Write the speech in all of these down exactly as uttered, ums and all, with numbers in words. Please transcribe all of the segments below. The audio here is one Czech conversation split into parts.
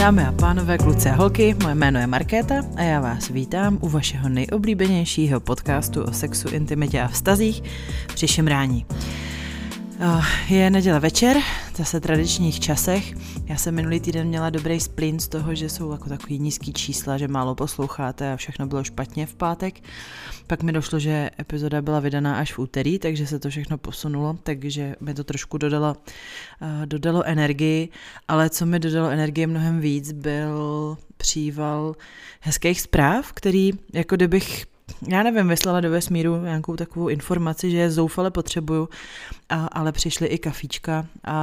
Dámy a pánové, kluci a holky, moje jméno je Markéta a já vás vítám u vašeho nejoblíbenějšího podcastu o sexu, intimitě a vztazích při šimrání. Je neděle večer, zase tradičních časech. Já jsem minulý týden měla dobrý splín z toho, že jsou jako takový nízký čísla, že málo posloucháte a všechno bylo špatně v pátek. Pak mi došlo, že epizoda byla vydaná až v úterý, takže se to všechno posunulo, takže mi to trošku dodalo, uh, dodalo energii, ale co mi dodalo energii mnohem víc, byl příval hezkých zpráv, který jako kdybych já nevím, vyslala do vesmíru nějakou takovou informaci, že je zoufale potřebuju, a, ale přišly i kafíčka a,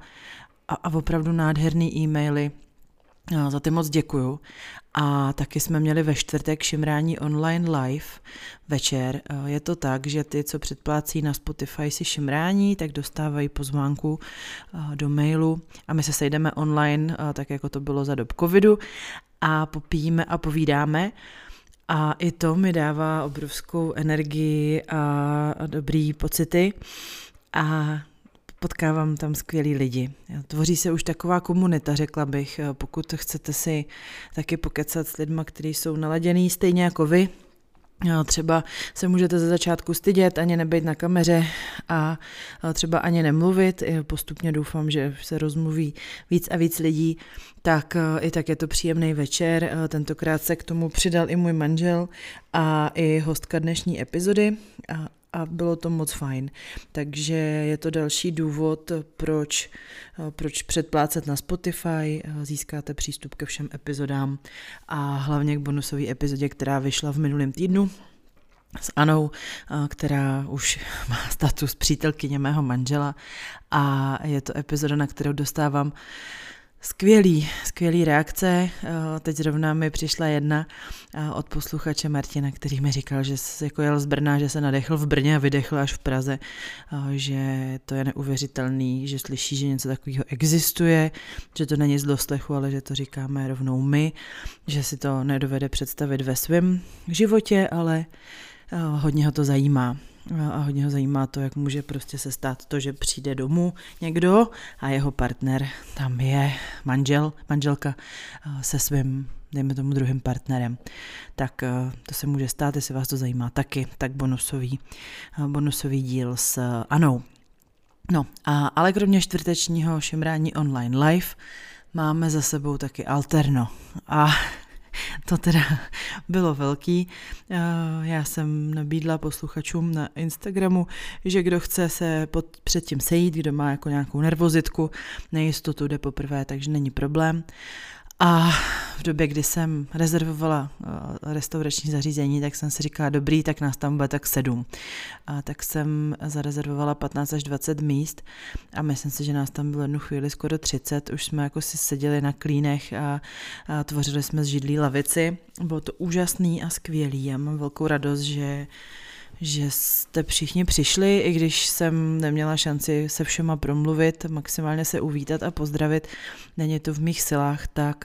a, a opravdu nádherný e-maily. A za ty moc děkuju. A taky jsme měli ve čtvrtek šimrání online live večer. Je to tak, že ty, co předplácí na Spotify si šimrání, tak dostávají pozvánku do mailu a my se sejdeme online, tak jako to bylo za dob covidu, a popijíme a povídáme. A i to mi dává obrovskou energii a dobrý pocity a potkávám tam skvělí lidi. Tvoří se už taková komunita, řekla bych, pokud chcete si taky pokecat s lidma, kteří jsou naladěný stejně jako vy. Třeba se můžete ze začátku stydět, ani nebejt na kameře a třeba ani nemluvit. Postupně doufám, že se rozmluví víc a víc lidí, tak i tak je to příjemný večer. Tentokrát se k tomu přidal i můj manžel a i hostka dnešní epizody a, a bylo to moc fajn. Takže je to další důvod, proč, proč předplácet na Spotify, získáte přístup ke všem epizodám a hlavně k bonusové epizodě, která vyšla v minulém týdnu s Anou, která už má status přítelkyně mého manžela a je to epizoda, na kterou dostávám Skvělý, skvělý reakce. Teď zrovna mi přišla jedna od posluchače Martina, který mi říkal, že jako jel z Brna, že se nadechl v Brně a vydechl až v Praze, že to je neuvěřitelný, že slyší, že něco takového existuje, že to není z doslechu, ale že to říkáme rovnou my, že si to nedovede představit ve svém životě, ale hodně ho to zajímá. A hodně ho zajímá to, jak může prostě se stát to, že přijde domů někdo a jeho partner tam je manžel, manželka se svým, dejme tomu, druhým partnerem. Tak to se může stát, jestli vás to zajímá taky, tak bonusový, bonusový díl s Anou. No, a, ale kromě čtvrtečního šimrání online live máme za sebou taky alterno. A to teda bylo velký. Já jsem nabídla posluchačům na Instagramu, že kdo chce se pod, předtím sejít, kdo má jako nějakou nervozitku, nejistotu, jde poprvé, takže není problém. A v době, kdy jsem rezervovala restaurační zařízení, tak jsem si říkala, dobrý, tak nás tam bude tak sedm. A tak jsem zarezervovala patnáct až dvacet míst a myslím si, že nás tam bylo jednu chvíli skoro třicet. Už jsme jako si seděli na klínech a, a tvořili jsme z židlí lavici. Bylo to úžasný a skvělý. Já mám velkou radost, že že jste všichni přišli, i když jsem neměla šanci se všema promluvit, maximálně se uvítat a pozdravit, není to v mých silách, tak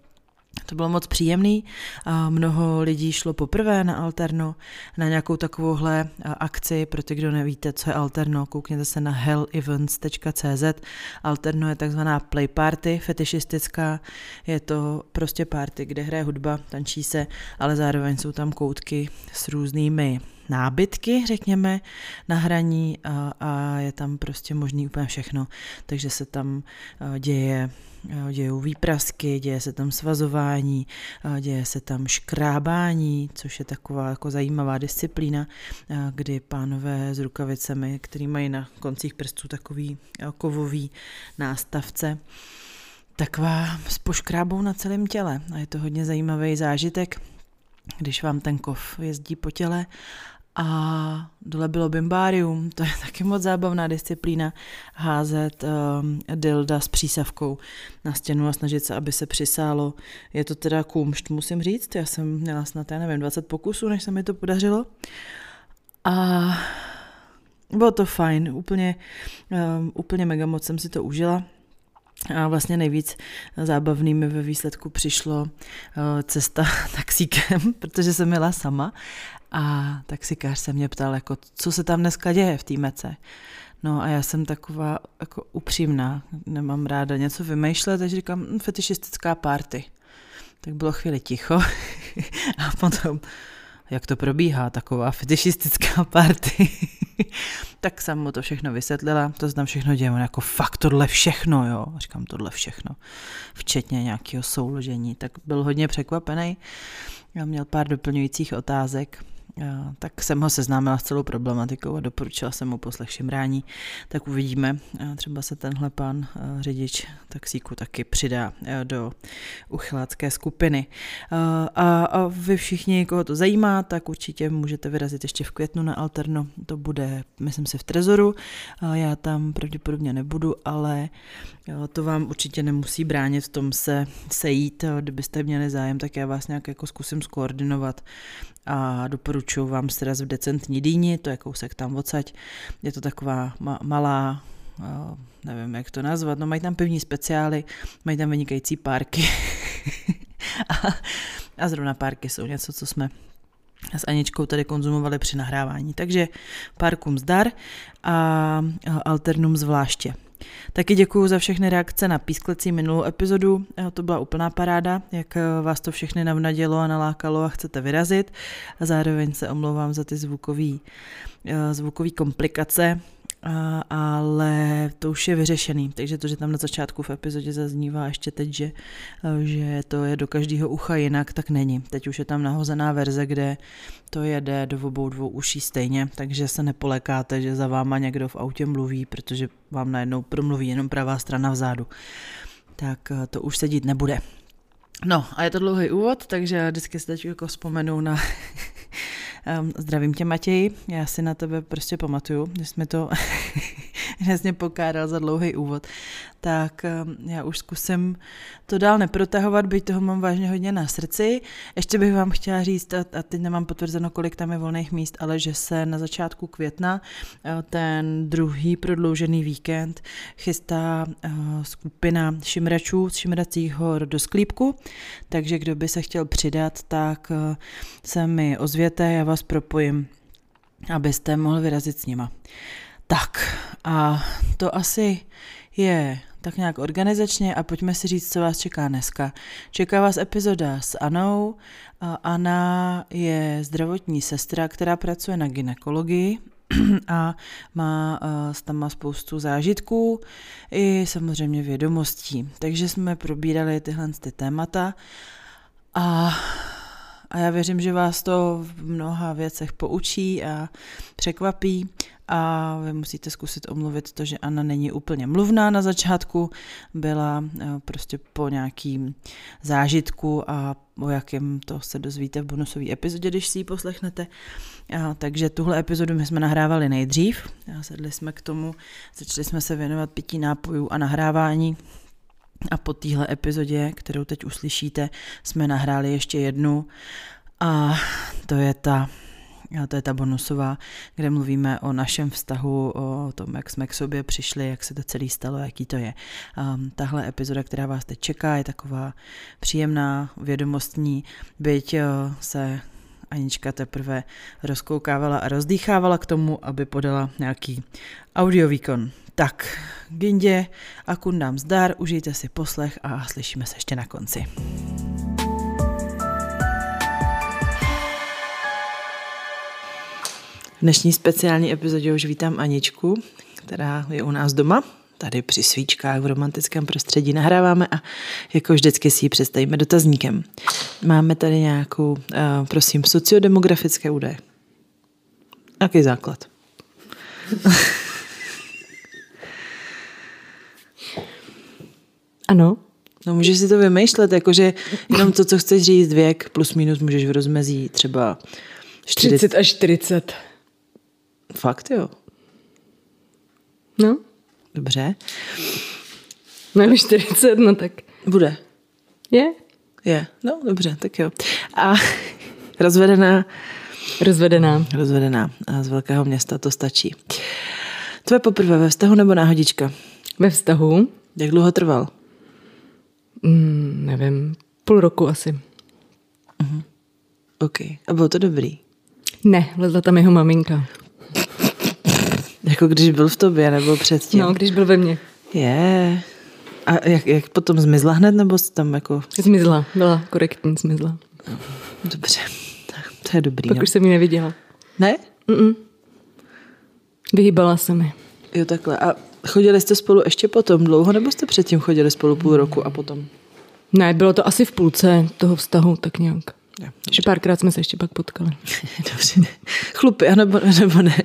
to bylo moc příjemný. A mnoho lidí šlo poprvé na alterno, na nějakou takovouhle akci. Pro ty, kdo nevíte, co je alterno, koukněte se na hell events tečka cé zet. Alterno je takzvaná play party, fetišistická. Je to prostě party, kde hraje hudba, tančí se, ale zároveň jsou tam koutky s různými nábytky, řekněme, na hraní a, a je tam prostě možný úplně všechno. Takže se tam děje, dějou výprasky, děje se tam svazování, děje se tam škrábání, což je taková jako zajímavá disciplína, kdy pánové s rukavicemi, který mají na koncích prstů takový kovový nástavce, taková s poškrábou na celém těle. A je to hodně zajímavý zážitek, když vám ten kov jezdí po těle. A dole bylo bimbárium, to je taky moc zábavná disciplína, házet um, dilda s přísavkou na stěnu a snažit se, aby se přisálo. Je to teda kumšt, musím říct, já jsem měla snad, já nevím, dvacet pokusů, než se mi to podařilo. A bylo to fajn, úplně, um, úplně mega moc jsem si to užila. A vlastně nejvíc zábavný mi ve výsledku přišlo cesta taxíkem, protože jsem jela sama a taxikář se mě ptal, jako, co se tam dneska děje v té mece. No a já jsem taková jako upřímná, nemám ráda něco vymýšlet, takže říkám hm, fetišistická party. Tak bylo chvíli ticho a potom, jak to probíhá, taková fetišistická party. Tak jsem mu to všechno vysvětlila, to znám všechno dělám, jako fakt tohle všechno, jo. Říkám tohle všechno, včetně nějakého souložení. Tak byl hodně překvapený, já měl pár doplňujících otázek. Tak jsem ho seznámila s celou problematikou a doporučila jsem mu poslech šimrání, tak uvidíme, třeba se tenhle pan řidič taxíku taky přidá do uchylácké skupiny. A, a vy všichni, koho to zajímá, tak určitě můžete vyrazit ještě v květnu na Alterno, to bude, myslím si, v Trezoru, já tam pravděpodobně nebudu, ale to vám určitě nemusí bránit v tom se sejít, kdybyste měli zájem, tak já vás nějak jako zkusím skoordinovat a doporučuji vám sraz v Decentní Dýni, to je kousek tam odsaď, je to taková ma- malá, uh, nevím jak to nazvat, no mají tam pivní speciály, mají tam vynikající párky a, a zrovna párky jsou něco, co jsme s Aničkou tady konzumovali při nahrávání, takže párkům zdar a Alternum zvláště. Taky děkuju za všechny reakce na písklecí minulou epizodu, to byla úplná paráda, jak vás to všechny navnadělo a nalákalo a chcete vyrazit. A zároveň se omlouvám za ty zvukový, zvukový komplikace, ale to už je vyřešený, takže to, že tam na začátku v epizodě zaznívá ještě teď, že, že to je do každého ucha jinak, tak není. Teď už je tam nahozená verze, kde to jede do obou dvou uší stejně, takže se nepolekáte, že za váma někdo v autě mluví, protože vám najednou promluví jenom pravá strana vzadu. Tak to už se dít nebude. No a je to dlouhý úvod, takže vždycky se teď jako vzpomenu na... Zdravím tě, Matěji, já si na tebe prostě pamatuju, že jsi mi to hrozně pokádal za dlouhý úvod, tak já už zkusím to dál neprotahovat, byť toho mám vážně hodně na srdci. Ještě bych vám chtěla říct, a teď nemám potvrzeno, kolik tam je volných míst, ale že se na začátku května, ten druhý prodloužený víkend, chystá skupina šimračů z Šimracích hor do Sklípku, takže kdo by se chtěl přidat, tak se mi ozvěte, já vás propojím, abyste mohli vyrazit s nima. Tak a to asi je tak nějak organizačně a pojďme si říct, co vás čeká dneska. Čeká vás epizoda s Anou. Anna je zdravotní sestra, která pracuje na gynekologii a má, tam má spoustu zážitků i samozřejmě vědomostí. Takže jsme probírali tyhle ty témata a A já věřím, že vás to v mnoha věcech poučí a překvapí a vy musíte zkusit omluvit to, že Anna není úplně mluvná na začátku, byla prostě po nějakým zážitku a o jakém to se dozvíte v bonusové epizodě, když si ji poslechnete. A, takže tuhle epizodu my jsme nahrávali nejdřív, a sedli jsme k tomu, začali jsme se věnovat pití nápojů a nahrávání. A po téhle epizodě, kterou teď uslyšíte, jsme nahráli ještě jednu a to je ta, to je ta bonusová, kde mluvíme o našem vztahu, o tom, jak jsme k sobě přišli, jak se to celé stalo, jaký to je. Um, tahle epizoda, která vás teď čeká, je taková příjemná, vědomostní, byť uh, se Anička teprve rozkoukávala a rozdýchávala k tomu, aby podala nějaký audio výkon. Tak, Gindě a kundám zdar, užijte si poslech a slyšíme se ještě na konci. V dnešní speciální epizodě už vítám Aničku, která je u nás doma. Tady při svíčkách v romantickém prostředí nahráváme a jako vždycky si ji představíme dotazníkem. Máme tady nějakou, uh, prosím, sociodemografické údaje. Jaký základ? Ano. No můžeš si to vymýšlet, jakože jenom to, co chceš říct, věk plus minus můžeš v rozmezí třeba čtyřicet, třicet až čtyřicet. Fakt jo? No. Dobře. No čtyřicet, no tak. Bude. Je? Je, no dobře, tak jo. A rozvedená? Rozvedená. Rozvedená. A z velkého města to stačí. Tvoje poprvé ve vztahu nebo náhodička? Ve vztahu. Jak dlouho trval? Mm, nevím, půl roku asi. Uh-huh. OK. A bylo to dobrý? Ne, lezla tam jeho maminka. Jako když byl v tobě, nebo předtím? No, když byl ve mně. Je. A jak, jak potom zmizla hned, nebo jsi tam jako... Zmizla, byla korektní, zmizla. Dobře, to je dobrý. Pak no. už jsem ji neviděla. Ne? Mm-mm. Vyhýbala se mi. Jo, takhle. A chodili jste spolu ještě potom dlouho, nebo jste předtím chodili spolu půl roku a potom? Ne, bylo to asi v půlce toho vztahu, tak nějak. Jo, Že párkrát jsme se ještě pak potkali. dobře. Chlupy, anebo, nebo ne?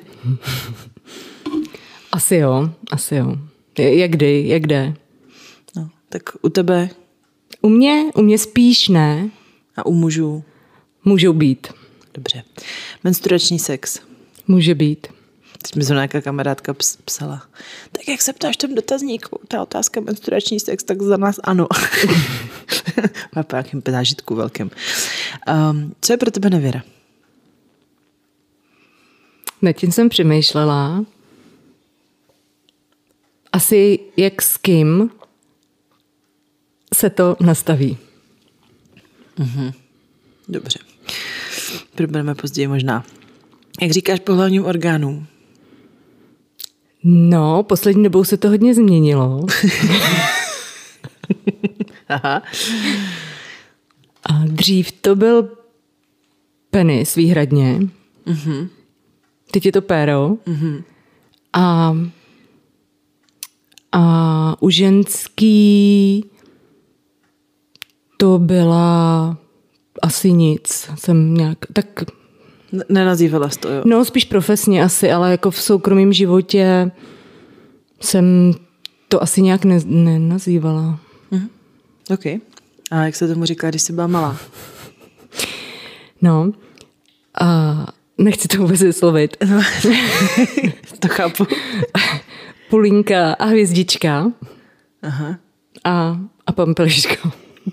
Asi jo, asi jo. Jak kdy, jak kde. No, tak u tebe U mě, u mě spíš ne. a u mužů? Můžou být. Dobře. Menstruační sex. Může být. Teď mi zrovna nějaká kamarádka ps- psala. Tak jak se ptáš v tom dotazníku, ta otázka menstruační sex, tak za nás ano. Má po nějakým zážitku velkým. Um, co je pro tebe nevěra? Nad tím jsem přemýšlela. Asi jak s kým se to nastaví. Dobře. Probereme později možná. Jak říkáš pohlavním orgánům? No, poslední dobou se to hodně změnilo. Aha. A dřív to byl penis výhradně. Mhm. Teď je to péro. Mhm. A, a u ženský to byla asi nic. Jsem nějak, tak, N- nenazývala jsi to, jo? no spíš profesně asi, ale jako v soukromém životě jsem to asi nějak ne, nenazývala. Mhm. OK. A jak se tomu říká, když jsi byla malá? No, a nechci to vůbec vyslovit. No. To chápu. Pulínka a hvězdička Aha. a, a pampeliško.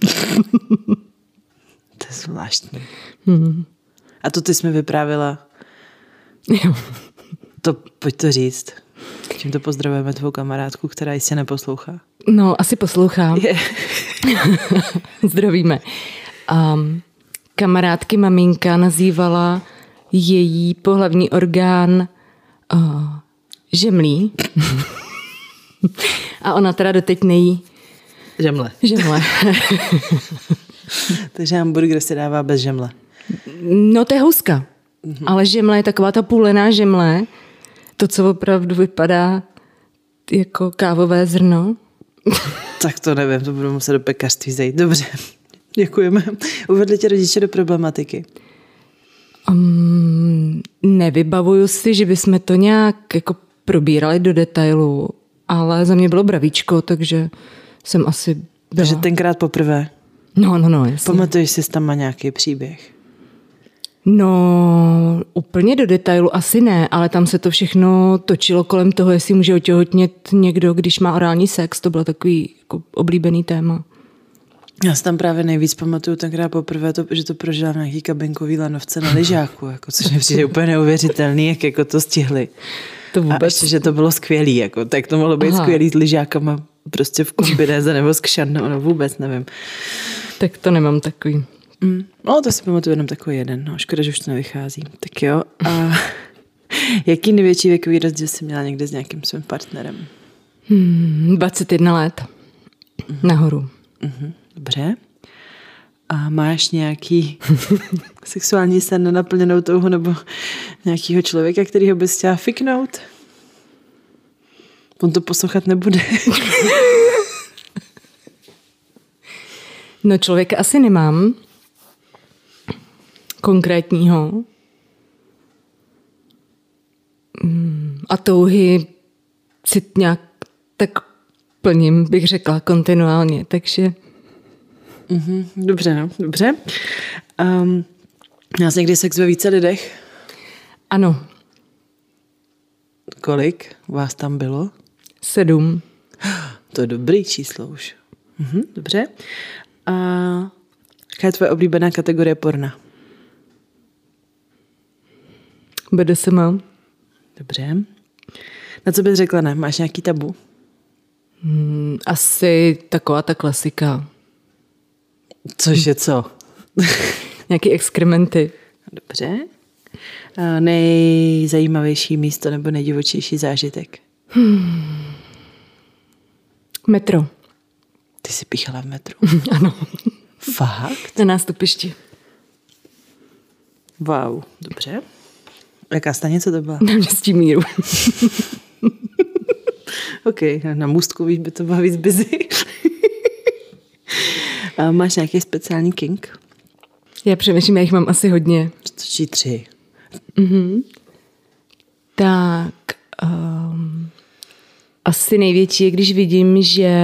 To je zvláštní. Hmm. A to ty jsi mi vyprávila. Jo. To pojď to říct. Tímto pozdravujeme tvou kamarádku, která jistě neposlouchá. No, asi poslouchám. Je. Zdravíme. Um, kamarádky maminka nazývala její pohlavní orgán uh, žemlí. A ona teda doteď nejí Žemle. žemle. Takže hamburger se dává bez žemle. No, to je houska. Mm-hmm. Ale žemle je taková ta půlená žemle, to, co opravdu vypadá jako kávové zrno. Tak to nevím, to budu muset do pekařství zajít. Dobře, děkujeme. Uvedli tě rodiče do problematiky? Um, nevybavuju si, že bychom to nějak jako probírali do detailu, ale za mě bylo bravíčko, takže jsem asi byla. Takže tenkrát poprvé. No, no, no, jasně. Pamatuješ si, tam má nějaký příběh? No, úplně do detailu asi ne, ale tam se to všechno točilo kolem toho, jestli může otěhotnět někdo, když má orální sex. To bylo takový jako oblíbený téma. Já si tam právě nejvíc pamatuju tenkrát poprvé, to, že to prožila v nějaký kabinkový lanovce na lyžáku, jako, což mi přijde úplně neuvěřitelný, jak jako to stihli. To vůbec. A ještě, že to bylo skvělý, jako, tak to mohlo být Aha. skvělý s lyžákama prostě v kombinéze nebo s kšanou, no vůbec nevím. Tak to nemám takový. Mm. No, to si pamatuju jenom takový jeden, no, škoda, že už to nevychází. Tak jo, a jaký největší věkový rozdíl jsi měla někde s nějakým svým partnerem? Hmm, dvacet jedna let. Mm. Nahoru. Mm-hmm. Dobře. A máš nějaký sexuální sen nenaplněnou touhu nebo nějakýho člověka, kterýho bys chtěla fiknout? On to poslouchat nebude. No, člověka asi nemám. Konkrétního. A touhy si nějak tak plním, bych řekla, kontinuálně, takže... Mm-hmm, dobře, no, dobře. Um, měla jsi někdy sex ve více lidech? Ano. Kolik vás tam bylo? Sedm. To je dobrý číslo už. Mhm, dobře. A jaká je tvoje oblíbená kategorie porna? bé dé es em. Dobře. Na co bys řekla ne? Máš nějaký tabu? Hmm, asi taková ta klasika. Což je co? Nějaký exkrementy. Dobře. Nejzajímavější místo nebo nejdivočejší zážitek? Hmm. Metro. Ty jsi píchala v metru? Ano. Fakt? Na nástupišti. Wow, dobře. Jaká stanice to byla? Na Městí míru. OK, na Můstku víš, by to bylo víc busy. A máš nějaký speciální kink? Já přemýšlím, já jich mám asi hodně. Či tři. Mhm. Tak um, asi největší je, když vidím, že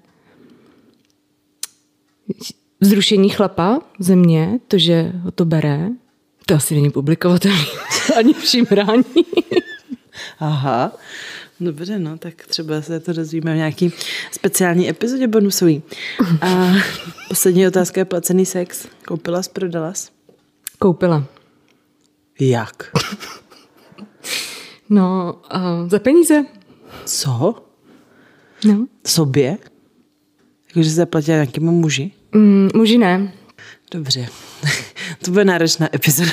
vzrušení chlapa ze mě, to, že ho to bere, to asi není publikovatelné ani v šimrání. Aha, dobře, no, tak třeba se to dozvíme v nějaký speciální epizodě bonusový. A poslední otázka je placený sex. Koupila jsi, prodala jsi? Koupila. Jak? No, uh, za peníze. Co? No. Sobě? Jakože se zaplatila nějakému muži? Mm, muži ne. Dobře. To bude náročná epizoda.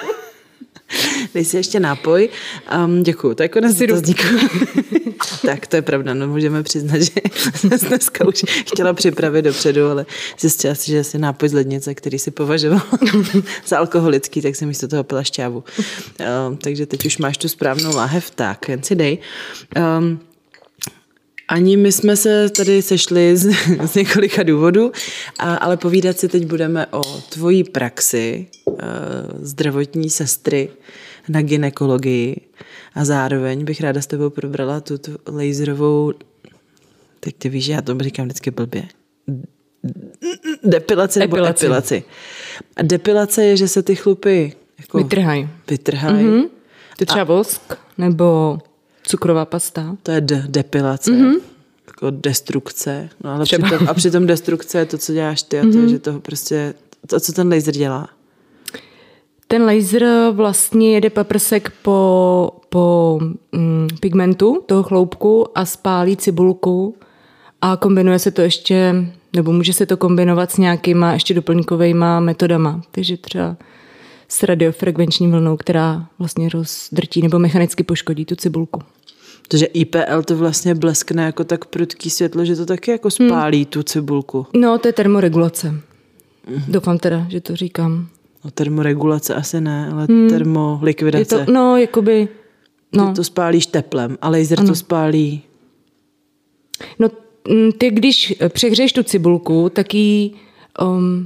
Dej si ještě nápoj. Um, děkuju, to je konec dotazníku. Tak, to je pravda, no můžeme přiznat, že jsem dneska už chtěla připravit dopředu, ale zjistila si, že si nápoj z lednice, který si považoval za alkoholický, tak jsem místo toho pila šťávu. Um, takže teď už máš tu správnou láhev, tak jen si dej. Um, Ani my jsme se tady sešli z, z několika důvodů, a, ale povídat si teď budeme o tvojí praxi uh, zdravotní sestry na gynekologii a zároveň bych ráda s tebou probrala tu, tu laserovou, teď ty víš, já to říkám vždycky blbě, depilaci nebo epilaci. epilaci. A depilace je, že se ty chlupy jako vytrhají. Vytrhají. Mm-hmm. To je třeba a... vosk nebo cukrová pasta. To je de- depilace. Mm-hmm. Jako destrukce. No ale Třeba. přitom, a přitom destrukce je to, co děláš ty a to, mm-hmm. že to prostě, to, co ten laser dělá. Ten laser vlastně jede paprsek po, po mm, pigmentu toho chloupku a spálí cibulku a kombinuje se to ještě, nebo může se to kombinovat s nějakýma ještě doplňkovejma metodama. Takže třeba s radiofrekvenční vlnou, která vlastně rozdrtí nebo mechanicky poškodí tu cibulku. Takže I P L to vlastně bleskne jako tak prudký světlo, že to taky jako spálí hmm. tu cibulku. No, to je termoregulace. Mm. Doufám teda, že to říkám. No, termoregulace asi ne, ale hmm. termolikvidace. Je to, no, jakoby... No. Ty to spálíš teplem a laser ano. to spálí... No, ty když přehřeješ tu cibulku, tak ji um,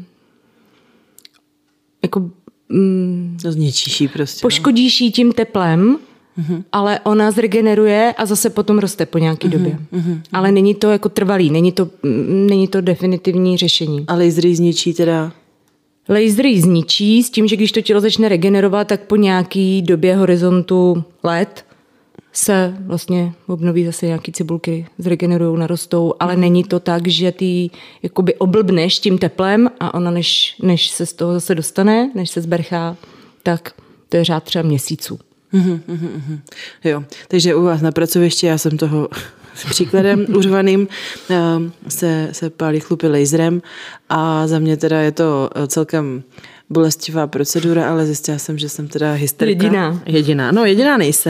jako... Um, to zničíš jí prostě. Poškodíš jí tím teplem, uh-huh. ale ona zregeneruje a zase potom roste po nějaký uh-huh. době. Uh-huh. Ale není to jako trvalý, není to, není to definitivní řešení. A laser ji zničí teda... Laser ji zničí s tím, že když to tělo začne regenerovat, tak po nějaký době horizontu let se vlastně obnoví zase nějaký cibulky, zregenerujou, narostou, ale není to tak, že ty jakoby oblbneš tím teplem a ona než, než se z toho zase dostane, než se zberchá, tak to je řád třeba měsíců. Uhum, uhum, uhum. Jo, takže u vás na pracovišti, já jsem toho s příkladem urvaným, se, se pálí chlupy laserem a za mě teda je to celkem bolestivá procedura, ale zjistila jsem, že jsem teda hysterka. Jediná. Jediná, no jediná nejsem.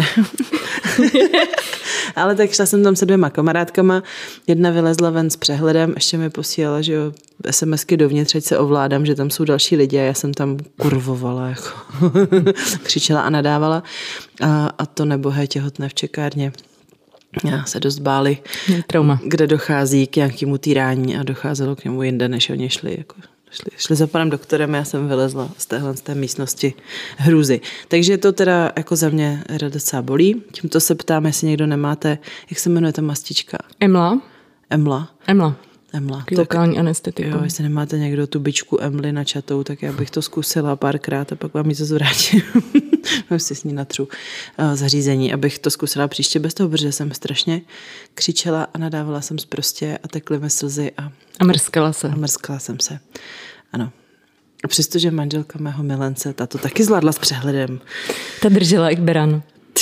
Ale tak šla jsem tam se dvěma kamarádkama, jedna vylezla ven s přehledem, ještě mi posílala, že jo, SMSky dovnitř, ať se ovládám, že tam jsou další lidi a já jsem tam kurvovala, jako křičela a nadávala a, a to nebohé těhotné v čekárně. Já se dost báli, trauma. Kde dochází k nějakému týrání a docházelo k němu jinde, než oni šli. Jako, šli, šli za panem doktorem, já jsem vylezla z téhle z té místnosti hrůzy. Takže to teda jako za mě docela bolí. Tímto se ptám, jestli někdo nemáte, jak se jmenuje ta mastička? Emla. Emla. Emla. Emla. Lokální anestetiku. Jo, jestli nemáte někdo tu bičku Emly na čatou, tak já bych to zkusila párkrát a pak vám ji to zvrátím. Mám si s ní natřu uh, zařízení, abych to zkusila příště bez toho, protože jsem strašně křičela a nadávala jsem zprostě a tekly mi slzy. A, a mrskala se. A mrskala jsem se. Ano. A přestože manželka mého milence, ta to taky zvládla s přehledem. Ta držela jak beran.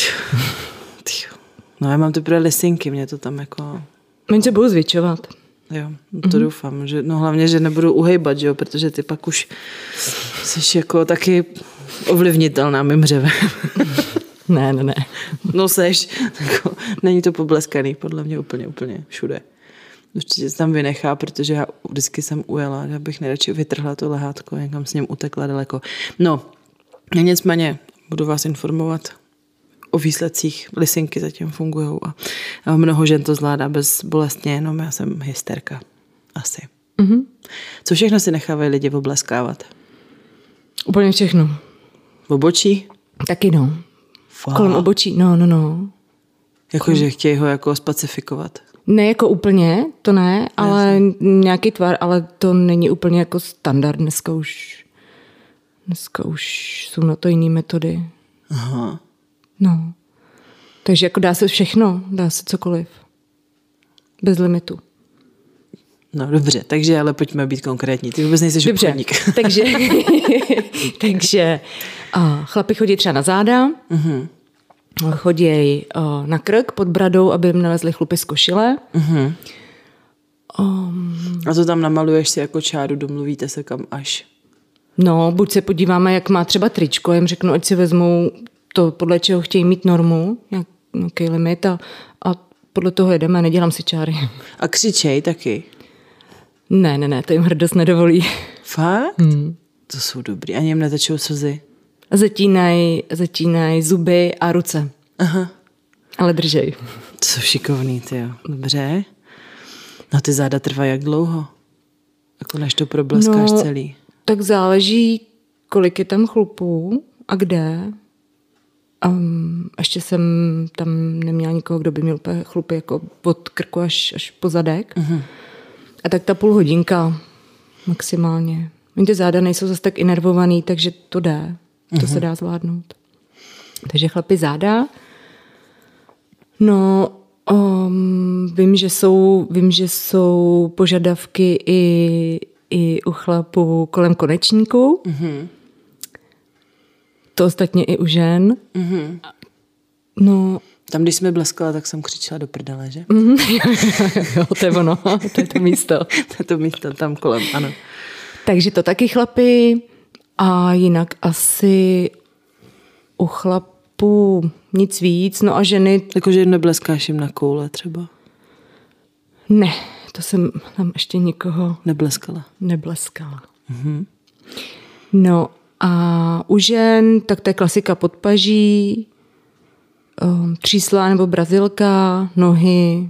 No já mám teprve lisinky, mě to tam jako... Oni se budou zvětšovat. Jo, to mm-hmm. doufám. Že, no hlavně, že nebudu uhejbat, že jo, protože ty pak už jsi jako taky ovlivnitelná mým hřevem. Ne, ne, ne. No seš, jako, není to pobleskaný, podle mě úplně, úplně všude. Určitě se tam vynechá, protože já vždycky jsem ujela, že bych nejradši vytrhla to lehátko, někam s ním utekla daleko. No, nicméně budu vás informovat o výsledcích. Lisinky zatím fungují a, a mnoho žen to zvládá bezbolestně, jenom já jsem hysterka. Asi. Mm-hmm. Co všechno si nechávají lidi obleskávat? Úplně všechno. V obočí? Taky no. Wow. Kolem obočí, no, no, no. Jakože chtějí ho jako spacifikovat. Ne jako úplně, to ne, ale Jasně. nějaký tvar, ale to není úplně jako standard. Dneska už, dneska už jsou na to jiné metody. Aha. No. Takže jako dá se všechno, dá se cokoliv. Bez limitu. No dobře, takže ale pojďme být konkrétní. Ty vůbec nejsi obchodník. takže, takže a, chlapi chodí třeba na záda, uh-huh. chodí uh, na krk pod bradou, aby jim nalezli chlupy z košile. Uh-huh. Um, a to tam namaluješ si jako čáru, domluvíte se kam až? No, buď se podíváme, jak má třeba tričko, jim řeknu, ať si vezmou to, podle čeho chtějí mít normu, nějak, nějaký limit a, a podle toho jedeme, nedělám si čáry. A křičej taky? Ne, ne, ne, to jim hrdost nedovolí. Fakt? Hmm. To jsou dobrý. Ani jim netečou slzy? Zatínají zatínaj zuby a ruce. Aha. Ale držej. To jsou šikovný, tyjo. Dobře. No ty záda trvají jak dlouho? Jako než to probleskáš no, celý? Tak záleží, kolik je tam chlupů a kde. Um, ještě jsem tam neměla nikoho, kdo by měl chlupy jako od krku až, až po zadek. Uh-huh. A tak ta půl hodinka maximálně. Ty záda nejsou zase tak inervovaný, takže to jde. To uh-huh. se dá zvládnout. Takže chlapi záda. No, um, vím, že jsou, vím, že jsou požadavky i, i u chlapů kolem konečníku. Uh-huh. To ostatně i u žen. Uh-huh. No, tam, když jsme bleskala, tak jsem křičela do prdele, že? Mm-hmm. Jo, to je ono, to je to místo. To je to místo tam kolem, ano. Takže to taky chlapi a jinak asi u chlapů nic víc, no a ženy... Jakože nebleskáš jim na koule třeba? Ne, to jsem tam ještě nikoho... Nebleskala? Nebleskala. Mm-hmm. No a u žen, tak to je klasika podpaží, Um, třísla nebo brazilka, nohy.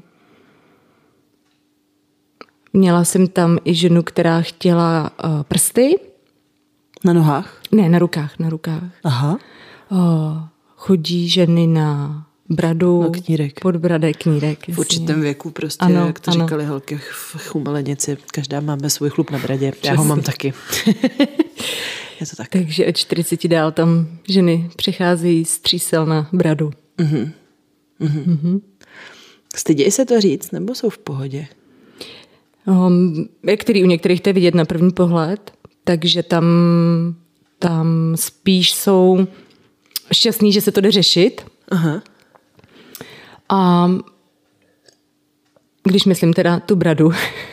Měla jsem tam i ženu, která chtěla uh, prsty. Na nohách? Ne, na rukách, na rukách. Aha. Uh, chodí ženy na bradu, no, knírek. podbradek, knírek. V určitém věku prostě, ano, jak to ano. říkali holky v chumelenici, každá máme svůj chlup na bradě. Přesně. Já ho mám taky. Je to tak. Takže od čtyřiceti dál tam ženy přicházejí z třísel na bradu. Mhm. Mhm. Mhm. Stydějí se to říct, nebo jsou v pohodě? Um, který u některých to je vidět na první pohled, takže tam, tam spíš jsou šťastní, že se to jde řešit. Aha. A když myslím teda tu bradu.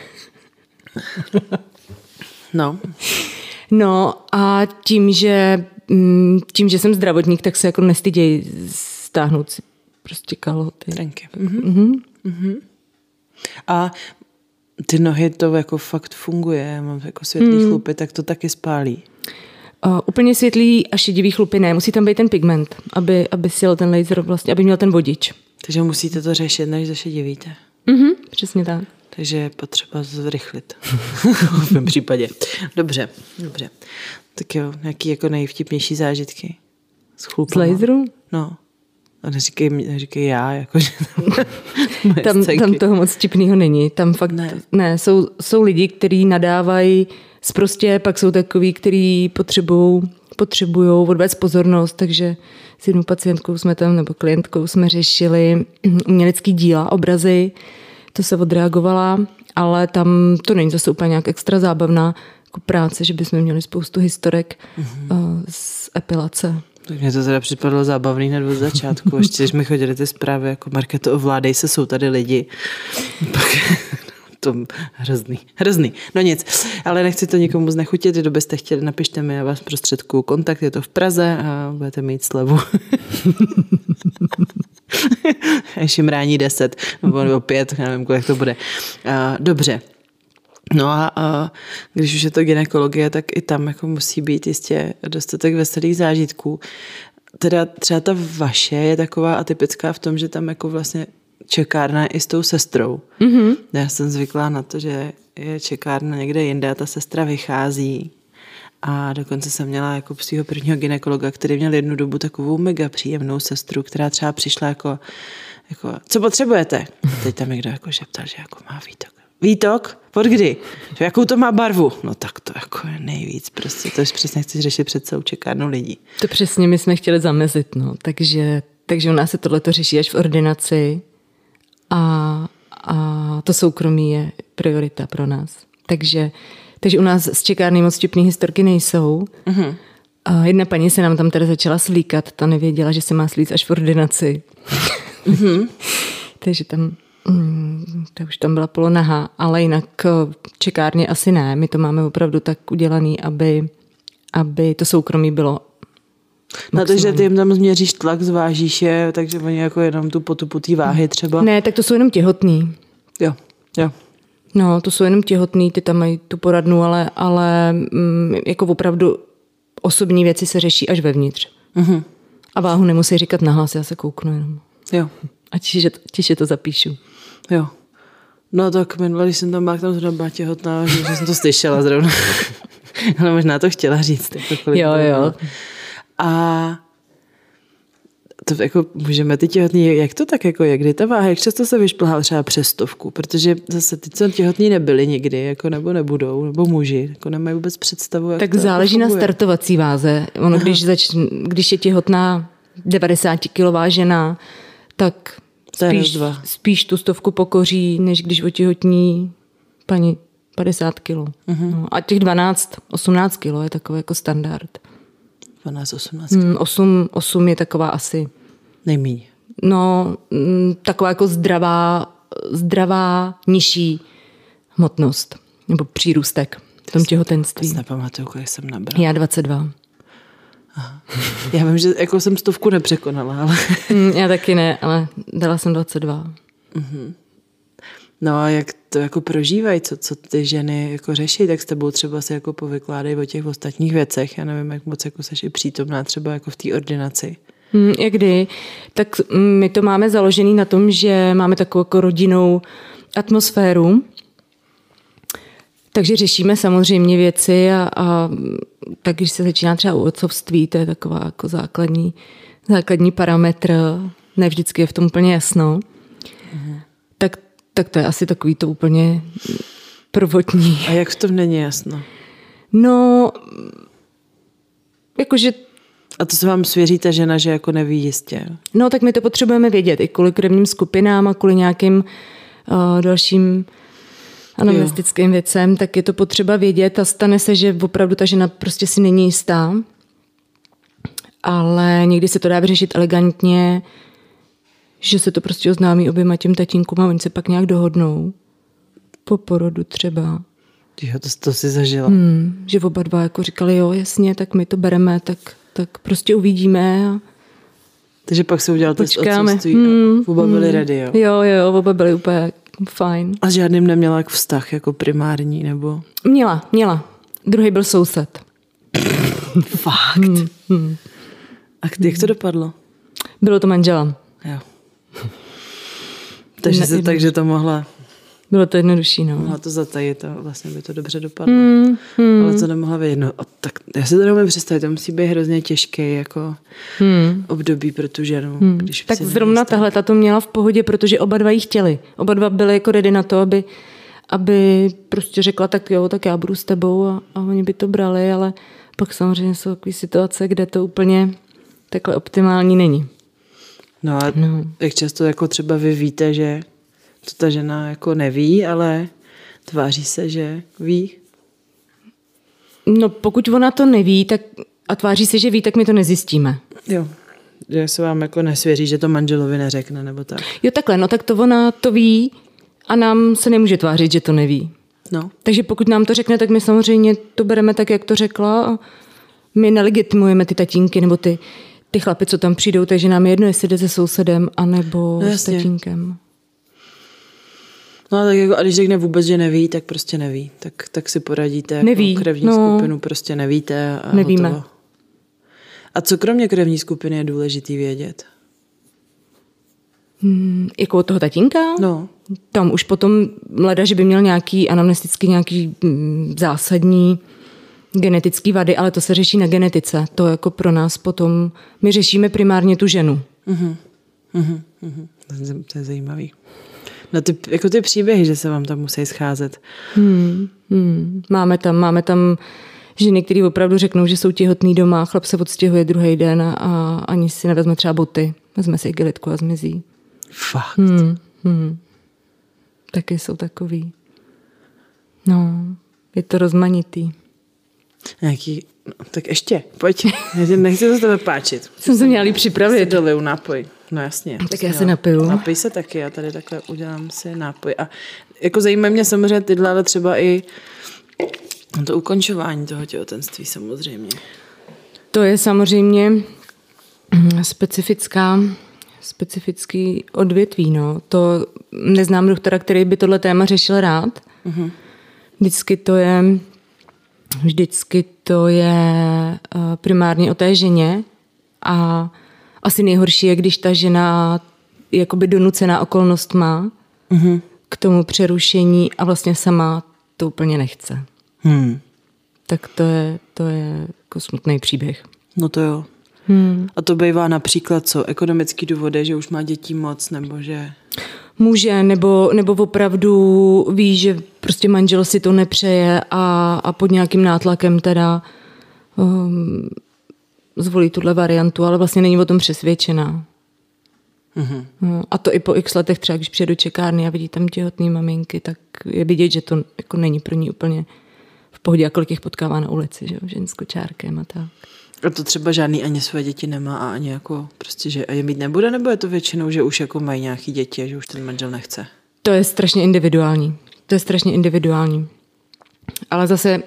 No. No a tím, že tím, že jsem zdravotník, tak se jako nestydějí stáhnout si prostě kalhoty. Trenky. Mhm. Mhm. A ty nohy to jako fakt funguje. Já mám jako světlý hmm. chlupy, tak to taky spálí. Uh, úplně světlý a šedivý chlupy ne. Musí tam být ten pigment, aby, aby sjel ten laser vlastně, aby měl ten vodič. Takže musíte to řešit, než zašedivíte. Mhm, přesně tak. Takže je potřeba zrychlit. V mém případě. Dobře, dobře. Tak jo, nějaký jako nejvtipnější zážitky? S chlupama. Z laseru? No. A neříkej, neříkej já, jakože... tam, tam toho moc vtipného není. Tam fakt, ne, ne jsou, jsou lidi, kteří nadávají sprostě, pak jsou takový, kteří potřebují potřebujou odvést pozornost, takže s jednou pacientkou jsme tam, nebo klientkou jsme řešili umělecký díla, obrazy, to se odreagovala, ale tam to není zase úplně nějak extra zábavná jako práce, že bychom měli spoustu historek mm-hmm. z epilace. Tak mě to teda připadlo zábavný hned od začátku. Ještě, když mi chodili ty zprávy jako Markéto, ovládej se, jsou tady lidi. Pak to hrozný, hrozný. No nic, ale nechci to nikomu znechutit, kdo byste chtěli, napište mi, já vás prostředkuju kontakt, je to v Praze a budete mít slevu. Šimrání deset, nebo pět, nevím, kolik to bude. Dobře. No a, a když už je to gynekologie, tak i tam jako musí být jistě dostatek veselých zážitků. Teda třeba ta vaše je taková atypická v tom, že tam jako vlastně čekárna i s tou sestrou. Mm-hmm. Já jsem zvyklá na to, že je čekárna někde jinde a ta sestra vychází. A dokonce jsem měla jako svého prvního gynekologa, který měl jednu dobu takovou mega příjemnou sestru, která třeba přišla jako, jako co potřebujete? A teď tam někdo jako šeptal, že jako má výtok. Výtok? Pod kdy? Že jakou to má barvu? No tak to jako je nejvíc. Prostě to už přesně chceš řešit před celou čekárnou lidí. To přesně my jsme chtěli zamezit, no. Takže, takže u nás se tohleto řeší až v ordinaci a, a to soukromí je priorita pro nás. Takže, takže u nás z čekárny moc vtipný historky nejsou. Uh-huh. A jedna paní se nám tam teda začala slíkat, ta nevěděla, že se má slít až v ordinaci. Uh-huh. Takže tam Mm, to už tam byla polonahá, ale jinak čekárně asi ne. My to máme opravdu tak udělaný, aby, aby to soukromí bylo na to, že ty jim tam změříš tlak, zvážíš je, takže oni jako jenom tu potupu té váhy třeba. Ne, tak to jsou jenom těhotný. Jo, jo. No, to jsou jenom těhotný, ty tam mají tu poradnu, ale, ale mm, jako opravdu osobní věci se řeší až vevnitř. Uh-huh. A váhu nemusí říkat nahlas, já se kouknu jenom. Jo. A tiše, tiše to zapíšu. Jo. No tak minule, když jsem tam byla, tam zrovna byla těhotná, že jsem to slyšela zrovna. Ale možná to chtěla říct. Jo, bylo. jo. A to jako můžeme ty těhotný, jak to tak jako je, kdy ta váha, jak často se vyšplhá třeba přes stovku, protože zase ty, co těhotní nebyli nikdy, jako nebo nebudou, nebo muži, jako nemají vůbec představu, jak tak to záleží jako na startovací váze. Ono, když, zač, když je těhotná devadesátikilová žena, tak spíš, spíš tu stovku pokoří, než když otěhotní paní padesát kilo. Uh-huh. No, a těch dvanáct, osmnáct kilo je takový jako standard. dvanáct, osmnáct kilo. Hmm, osm, osm je taková asi... Nejmíň. No, taková jako zdravá, zdravá, nižší hmotnost. Nebo přírůstek v tom těhotenství. Já si nepamatuju, kolik jsem nabrala. Já dvacet dva. Aha. Já vím, že jako jsem stovku nepřekonala, ale... Já taky ne, ale dala jsem dvacet dva. Uh-huh. No a jak to jako prožívají, co, co ty ženy jako řeší, tak s tebou třeba se jako povykládají o těch ostatních věcech. Já nevím, jak moc jako seš i přítomná třeba jako v té ordinaci. Hmm, jak kdy? Tak my to máme založený na tom, že máme takovou jako rodinnou atmosféru. Takže řešíme samozřejmě věci a, a tak, když se začíná třeba u otcovství, to je taková jako základní, základní parametr, ne vždycky je v tom úplně jasno, mhm. tak, tak to je asi takový to úplně prvotní. A jak v tom není jasno? No, jakože... A to se vám svěří ta žena, že jako neví jistě? No, tak my to potřebujeme vědět, i kvůli krevním skupinám a kvůli nějakým uh, dalším anamnestickým věcem, tak je to potřeba vědět a stane se, že opravdu ta žena prostě si není jistá. Ale někdy se to dá vyřešit elegantně, že se to prostě oznámí oběma těm tatínkům a oni se pak nějak dohodnou. Po porodu třeba. Jo, to, to si zažila. Hmm, že oba dva jako říkali, jo, jasně, tak my to bereme, tak, tak prostě uvidíme. A takže pak se udělal test otcovství hmm, a oba byli hmm. ready, jo? Jo, jo, oba byli úplně fajn. A s žádným neměla jak vztah jako primární, nebo? Měla, měla. Druhý byl soused. Fakt? Hmm, hmm. A jak to dopadlo? Bylo to manžela. Jo. Takže, se, takže to mohla... Bylo to jednodušší, no. Mohla to zatajit a vlastně by to dobře dopadlo. Hmm, hmm. Ale to nemohla vědět. No, tak já si to nemůžu představit, to musí být hrozně těžké jako hmm. období pro tu ženu. Hmm. Když tak zrovna tahle to měla v pohodě, protože oba dva jí chtěli. Oba dva byli jako ready na to, aby, aby prostě řekla, tak jo, tak já budu s tebou a, a oni by to brali, ale pak samozřejmě jsou takové situace, kde to úplně takhle optimální není. No a no. Jak často jako třeba vy víte, že to ta žena jako neví, ale tváří se, že ví? No pokud ona to neví tak a tváří se, že ví, tak my to nezjistíme. Jo, že se vám jako nesvěří, že to manželovi neřekne, nebo tak. Jo takhle, no tak to ona to ví A nám se nemůže tvářit, že to neví. No. Takže pokud nám to řekne, tak my samozřejmě to bereme tak, jak to řekla. A my nelegitimujeme ty tatínky nebo ty, ty chlapy, co tam přijdou, takže nám je jedno, jestli jde se sousedem anebo no, s tatínkem. No a tak jako, a když řekne vůbec, že neví, tak prostě neví. Tak, tak si poradíte neví. Jako krevní no, skupinu, prostě nevíte. A nevíme. Hotovo. A co kromě krevní skupiny je důležitý vědět? Hmm, jako od toho tatínka? No. Tam už potom leda, že by měl nějaký anamnesticky nějaký mm, zásadní genetický vady, ale to se řeší na genetice. To jako pro nás potom, my řešíme primárně tu ženu. Uh-huh. Uh-huh. Uh-huh. To je zajímavý. No ty, jako ty příběhy, že se vám tam musí scházet. Hmm, hmm. Máme tam, máme tam ženy, které opravdu řeknou, že jsou těhotný doma, chlap se odstěhuje druhý den a, a ani si nevezme třeba boty. Vezme si igelitku a zmizí. Fakt? Hmm, hmm. Taky jsou takový. No, je to rozmanitý. Nějaký, no, tak ještě, pojď. Nechci to z tebe páčit. Jsem se měla připravit. Se doliju nápoj. No jasně. Tak já se napiju. Napij se taky, já tady takhle udělám si nápoj. A jako zajímají mě samozřejmě tyhle, ale třeba i to ukončování toho těhotenství samozřejmě. To je samozřejmě specifická, specifický odvětví. No. To neznám doktora, který by tohle téma řešil rád. Uh-huh. Vždycky to je vždycky to je primárně o té ženě a asi nejhorší je, když ta žena jakoby donucená okolnost má uh-huh. k tomu přerušení a vlastně sama to úplně nechce. Hmm. Tak to je, to je jako smutný příběh. No to jo. Hmm. A to bývá například co? Ekonomický důvody, že už má dětí moc, nebo že... Může, nebo, nebo opravdu ví, že prostě manžel si to nepřeje a, a pod nějakým nátlakem teda um, zvolí tuhle variantu, ale vlastně není o tom přesvědčená. Mm-hmm. No, a to i po x letech třeba, když přijde do čekárny a vidí tam těhotný maminky, tak je vidět, že to jako není pro ní úplně v pohodě, a kolik jich potkává na ulici, že jo, žen s kočárkem a tak. A to třeba žádný ani své děti nemá a ani jako prostě, že je mít nebude, nebo je to většinou, že už jako mají nějaký děti a že už ten manžel nechce? To je strašně individuální. To je strašně individuální. Ale zase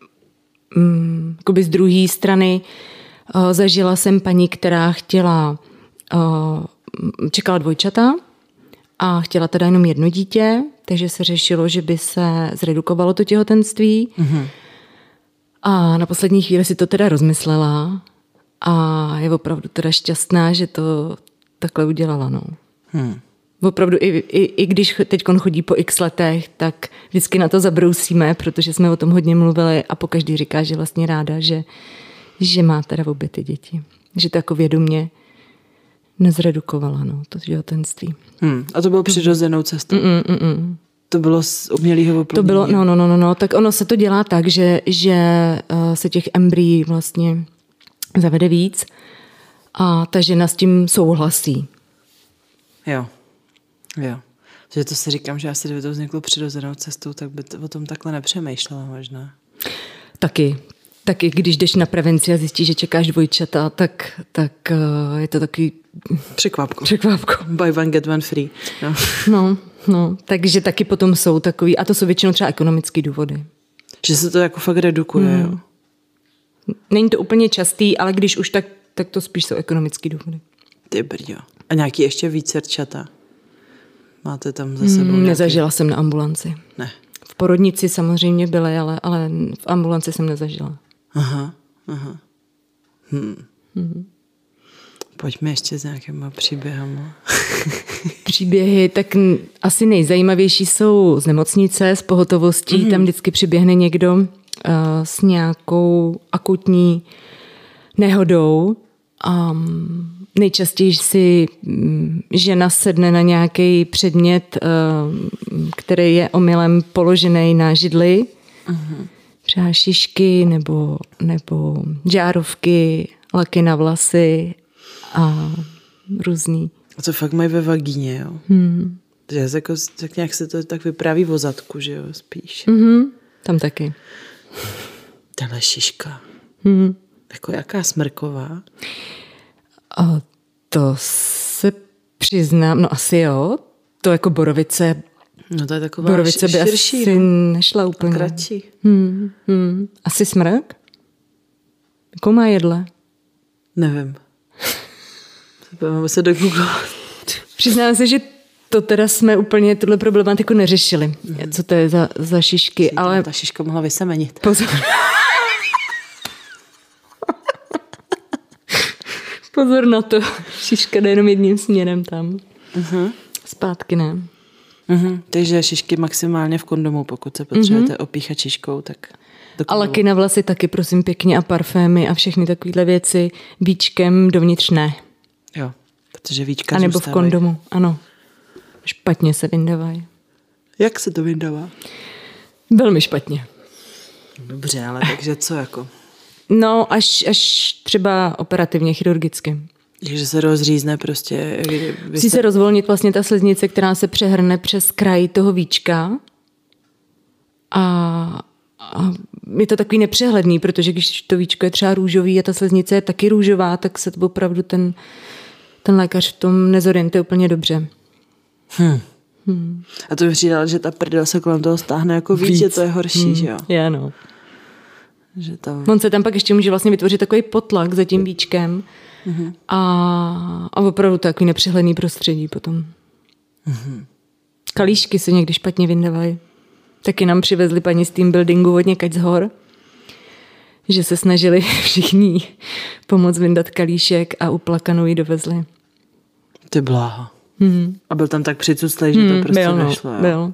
mm, jakoby z druhé strany uh, zažila jsem paní, která chtěla uh, čekala dvojčata a chtěla teda jenom jedno dítě, takže se řešilo, že by se zredukovalo to těhotenství. Mm-hmm. A na poslední chvíli si to teda rozmyslela a je opravdu teda šťastná, že to takhle udělala. No. Hmm. Opravdu i, i, i když teď chodí po x letech, tak vždycky na to zabrousíme, protože jsme o tom hodně mluvili a pokaždý říká, že vlastně ráda, že, že má teda obě ty děti. Že to jako vědomě nezredukovala, no, to těhotenství. Hmm. A to bylo přirozenou cestou? Mm, mm, mm. To bylo z umělého oplodnění? To bylo, no, no, no, no, no, tak ono se to dělá tak, že, že uh, se těch embryí vlastně zavede víc a ta žena s tím souhlasí. Jo, jo. Že to si říkám, že asi kdyby to vzniklo přirozenou cestou, tak by to, o tom takhle nepřemýšlela možná. Taky. Taky když jdeš na prevenci a zjistíš, že čekáš dvojčata, tak, tak uh, je to takový... Překvapko. Překvapko. Buy one, get one free. No. no, no, takže taky potom jsou takový, a to jsou většinou třeba ekonomické důvody. Že se to jako fakt redukuje, hmm. jo? Není to úplně častý, ale když už tak, tak to spíš jsou ekonomické důvody. Ty brďo. A nějaký ještě vícerčata? Máte tam za sebou hmm, nějaký... Nezažila jsem na ambulanci. Ne. V porodnici samozřejmě byly, ale, ale v ambulanci jsem nezažila. Aha, aha. Hm. Hmm. Pojďme ještě s nějakýma příběhama. Příběhy, tak asi nejzajímavější jsou z nemocnice, z pohotovostí. Mm. Tam vždycky přiběhne někdo uh, s nějakou akutní nehodou. Um, nejčastěji si um, žena sedne na nějaký předmět, uh, který je omylem položený na židli. Mm. Třeba šišky nebo, nebo žárovky, laky na vlasy a různý. A to fakt mají ve vagíně, jo? Hmm. Takže jako, tak nějak se to tak vypráví o zadku, že jo, spíš. Mm-hmm. Tam taky. Tahle šiška. Hmm. Jako jaká smrková? A to se přiznám, no asi jo. To jako borovice No to je taková Borovice by širší, asi no. nešla úplně. Kratší. Hmm, hmm. Asi smrk? Jakou má jedle? Nevím. Budeme se dogooglovat. Přiznám se, že to teda jsme úplně tuhle problematiku neřešili. Mm-hmm. Co to je za, za šišky, Přijde, ale... Ta šiška mohla vysemenit. Pozor. Pozor na to. Šiška jde jenom jedním směrem tam. Uh-huh. Zpátky ne. Uh-huh. Takže šišky maximálně v kondomu, pokud se potřebujete uh-huh. opíchat šiškou, tak do a laky na vlasy taky, prosím pěkně, a parfémy a všechny takovéhle věci víčkem dovnitř ne. Jo, protože víčka a nebo zůstávají. v kondomu, ano. Špatně se vyndávají. Jak se to vyndává? Velmi špatně. Dobře, ale takže co jako? No, až, až třeba operativně, chirurgicky. Takže se rozřízne prostě. Musí jste... se rozvolnit vlastně ta sliznice, která se přehrne přes kraj toho víčka. A, a je to takový nepřehledný, protože když to víčko je třeba růžový a ta sliznice je taky růžová, tak se to opravdu ten, ten lékař v tom nezorientuje úplně dobře. Hm. Hmm. A to mi přijde, že ta prdel se kolem toho stáhne jako víc, víc. Že to je horší, hmm. že jo? Je, no. Že tam... On se tam pak ještě může vlastně vytvořit takový potlak za tím víčkem mm-hmm. a, a opravdu takový nepřehledný prostředí potom. Mm-hmm. Kalíšky se někdy špatně vyndávají. Taky nám přivezli paní z team buildingu od někať z hor, že se snažili všichni pomoct vyndat kalíšek a uplakanou ji dovezli. Ty bláho. Mm. A byl tam tak přicuclej, že mm, to prostě byl, nešlo. No, byl.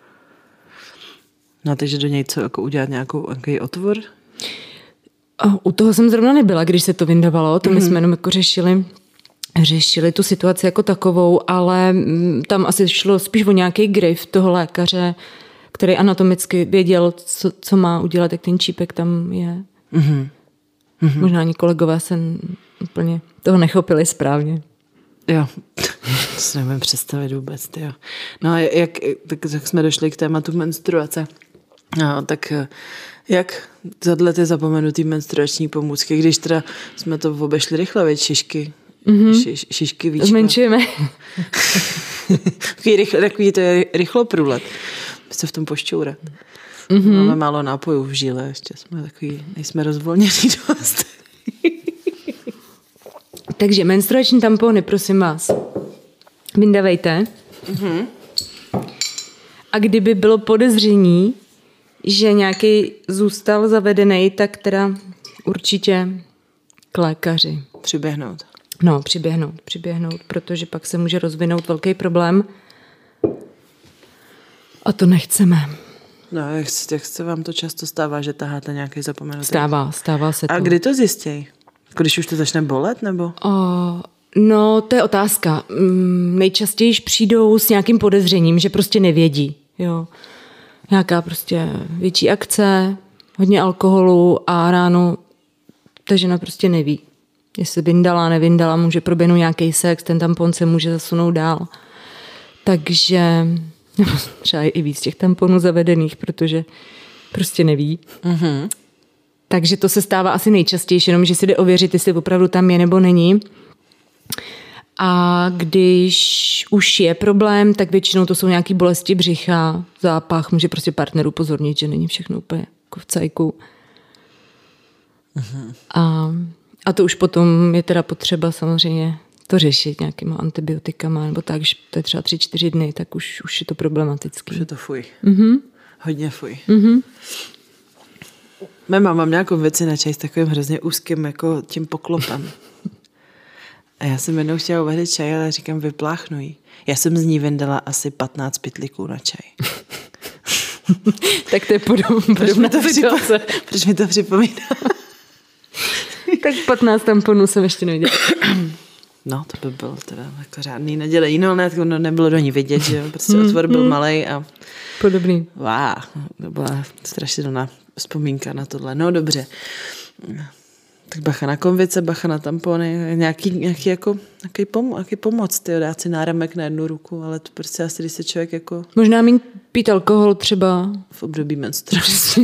No takže do něj co, jako udělat nějakou, nějaký otvor? A u toho jsem zrovna nebyla, když se to vyndavalo, to my mm. jsme jenom jako řešili, řešili tu situaci jako takovou, ale tam asi šlo spíš o nějaký grif toho lékaře, který anatomicky věděl, co, co má udělat, jak ten čípek tam je. Mm. Možná ani kolegové se úplně toho nechopili správně. Jo, to si nevím představit vůbec. Tyjo. No a jak, tak, tak jsme došli k tématu menstruace. No, tak jak zadle ty zapomenutý menstruační pomůcky, když teda jsme to obešli rychle, věď šišky, mm-hmm. Šiš, šišky víčka. Zmenšujeme. takový, rychle, takový to je rychloprůlet. Se v tom pošťourat. Mm-hmm. Máme málo nápojů v žíle, ještě jsme takový, nejsme rozvolněný dost. Takže menstruační tampony, prosím vás, vyndavejte. Mm-hmm. A kdyby bylo podezření, že nějaký zůstal zavedený, tak teda určitě k lékaři. Přiběhnout. No, přiběhnout, přiběhnout, protože pak se může rozvinout velký problém. A to nechceme. No, jak, jak se vám to často stává, že taháte nějaký zapomenutý? Stává, stává se to. A kdy to zjistějí? Když už to začne bolet, nebo? O, no, to je otázka. Mm, nejčastěji přijdou s nějakým podezřením, že prostě nevědí. Jo. Nějaká prostě větší akce, hodně alkoholu a ráno ta žena prostě neví. Jestli vyndala, nevyndala, může proběhnout nějaký sex, ten tampon se může zasunout dál. Takže třeba i víc těch tamponů zavedených, protože prostě neví. Mm-hmm. Takže to se stává asi nejčastěji, jenom že si jde ověřit, jestli opravdu tam je nebo není. A když už je problém, tak většinou to jsou nějaké bolesti břicha, zápach, může prostě partner upozornit, že není všechno úplně jako v cajku. Uh-huh. A, a to už potom je teda potřeba samozřejmě to řešit nějakýma antibiotikama, nebo tak, když to je třeba tři, čtyři dny, tak už, už je to problematické. Už je to fuj. Uh-huh. Hodně fuj. Uh-huh. Mé mám, mám nějakou věci na čaj s takovým hrozně úzkým jako tím poklopem. A já jsem jednou chtěla uvařit čaj, ale říkám, vypláchnu jí. Já jsem z ní vyndala asi patnáct pytlíků na čaj. Tak to je podobná situace. Proč mi to připomíná? Tak patnáct tamponů jsem ještě neviděla. No, to by bylo teda jako řádný nedělej. No, ne, to nebylo do ní vidět, že jo. Prostě otvor byl malej a... Podobný. Wow, to byla strašidelná vzpomínka na tohle. No, dobře. Tak bacha na konvice, bacha na tampony, nějaký, nějaký, jako, nějaký, pom, nějaký pomoc, tyjo, dát si náramek na jednu ruku, ale to prostě asi, když se člověk jako... Možná míň pít alkohol třeba. V období menstruace.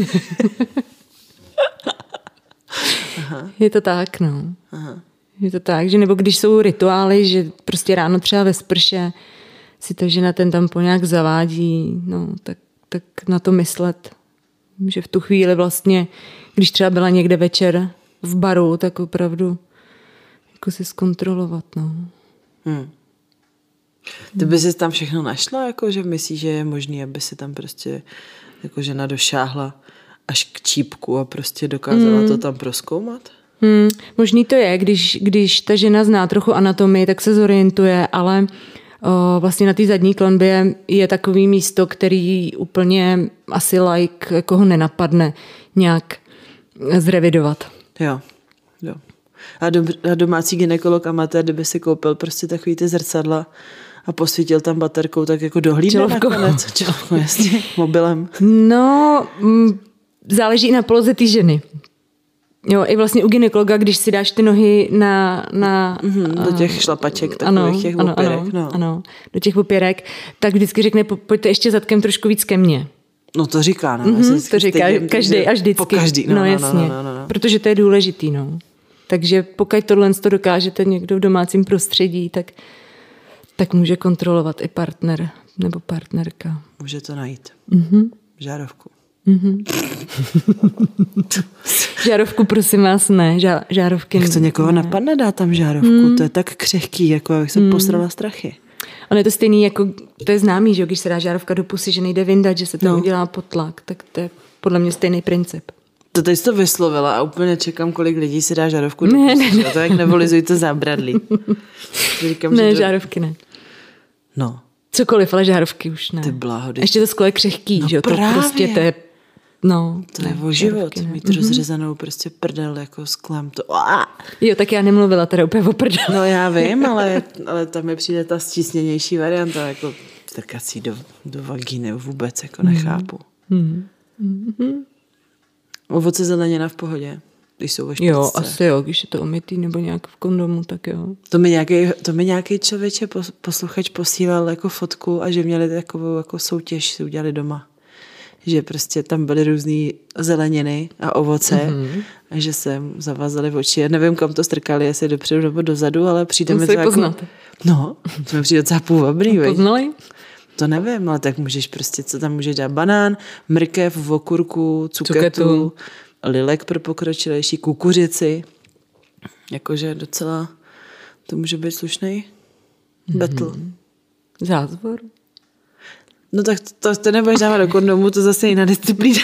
Je to tak, no. Aha. Je to tak, že nebo když jsou rituály, že prostě ráno třeba ve sprše si ta žena ten tampon nějak zavádí, no, tak, tak na to myslet. Že v tu chvíli vlastně, když třeba byla někde večer v baru, tak opravdu jako si zkontrolovat, no. Hmm. Ty by si tam všechno našla, jako, že myslíš, že je možný, aby si tam prostě jako žena došáhla až k čípku a prostě dokázala hmm. to tam prozkoumat? Hmm, možný to je, když, když ta žena zná trochu anatomii, tak se zorientuje, ale o, vlastně na té zadní klenbě je takový místo, který úplně asi like jako ho nenapadne nějak zrevidovat. Jo, jo. A, dom, a domácí gynekolog amatér, kdyby si koupil prostě takový ty zrcadla a posvítil tam baterkou, tak jako dohlídne nakonec. Čelovko, jasně, mobilem. No, m, záleží i na poloze té ženy. Jo, i vlastně u gynekologa, když si dáš ty nohy na... na mm-hmm, do těch šlapaček, takových ano, těch ano, opěrek. Ano, no. ano, do těch opěrek, tak vždycky řekne, pojďte ještě zadkem trošku víc ke mně. No to říká, no. Mm-hmm, to říká stejně, každý až vždycky. Každý, no, no, no, jasně, no, no, no, no. Protože to je důležitý, no. Takže pokud tohle to dokážete někdo v domácím prostředí, tak, tak může kontrolovat i partner nebo partnerka. Může to najít. Mm-hmm. Žárovku. Mm-hmm. Žárovku, prosím vás, ne. Žá, žárovky Jak to někoho ne. napadne, dá tam žárovku. Mm. To je tak křehký, jako jak jsem mm. posrala strachy. Ono je to stejný, jako to je známý, že když se dá žárovka do pusy, že nejde vyndat, že se to no. udělá potlak, tak to je podle mě stejný princip. To teď jsi to vyslovila a úplně čekám, kolik lidí si dá žárovku do pusy. Ne, ne, ne. To jak nevolizujte zábradlí. Říkám, ne, že žárovky ne. No. Cokoliv, ale žárovky už ne. Ty bláho. Ještě to sklo je křehký, no že to právě. Prostě to je no, to je o život, mít mm-hmm. rozřezanou prostě prdel jako sklem. To... Jo, tak já nemluvila teda úplně o prdel. No já vím, ale, ale tam mi přijde ta stísněnější varianta, jako strkací do, do vagíny vůbec, jako nechápu. Mm-hmm. Ovoce zelenina v pohodě, když jsou ve špičce. Jo, asi jo, když je to omytý nebo nějak v kondomu, tak jo. To mi nějaký, to mi nějaký člověče, posluchač posílal jako fotku a že měli takovou jako soutěž, si udělali doma. Že prostě tam byly různý zeleniny a ovoce mm-hmm. a že se zavazali v oči. Já nevím, kam to strkali, jestli dopředu nebo dozadu, ale přijde mi to jako... poznat. No, to mi přijde docela půvabný. Poznali? To nevím, ale tak můžeš prostě, co tam můžeš dát? Banán, mrkev, okurku, cuketu, cuketu. Lilek pro pokročilejší, kukuřici. Jakože docela to může být slušný mm-hmm. battle. Zázvor? No tak to, to nebudeš dávat do kondomu, to zase jiná disciplína.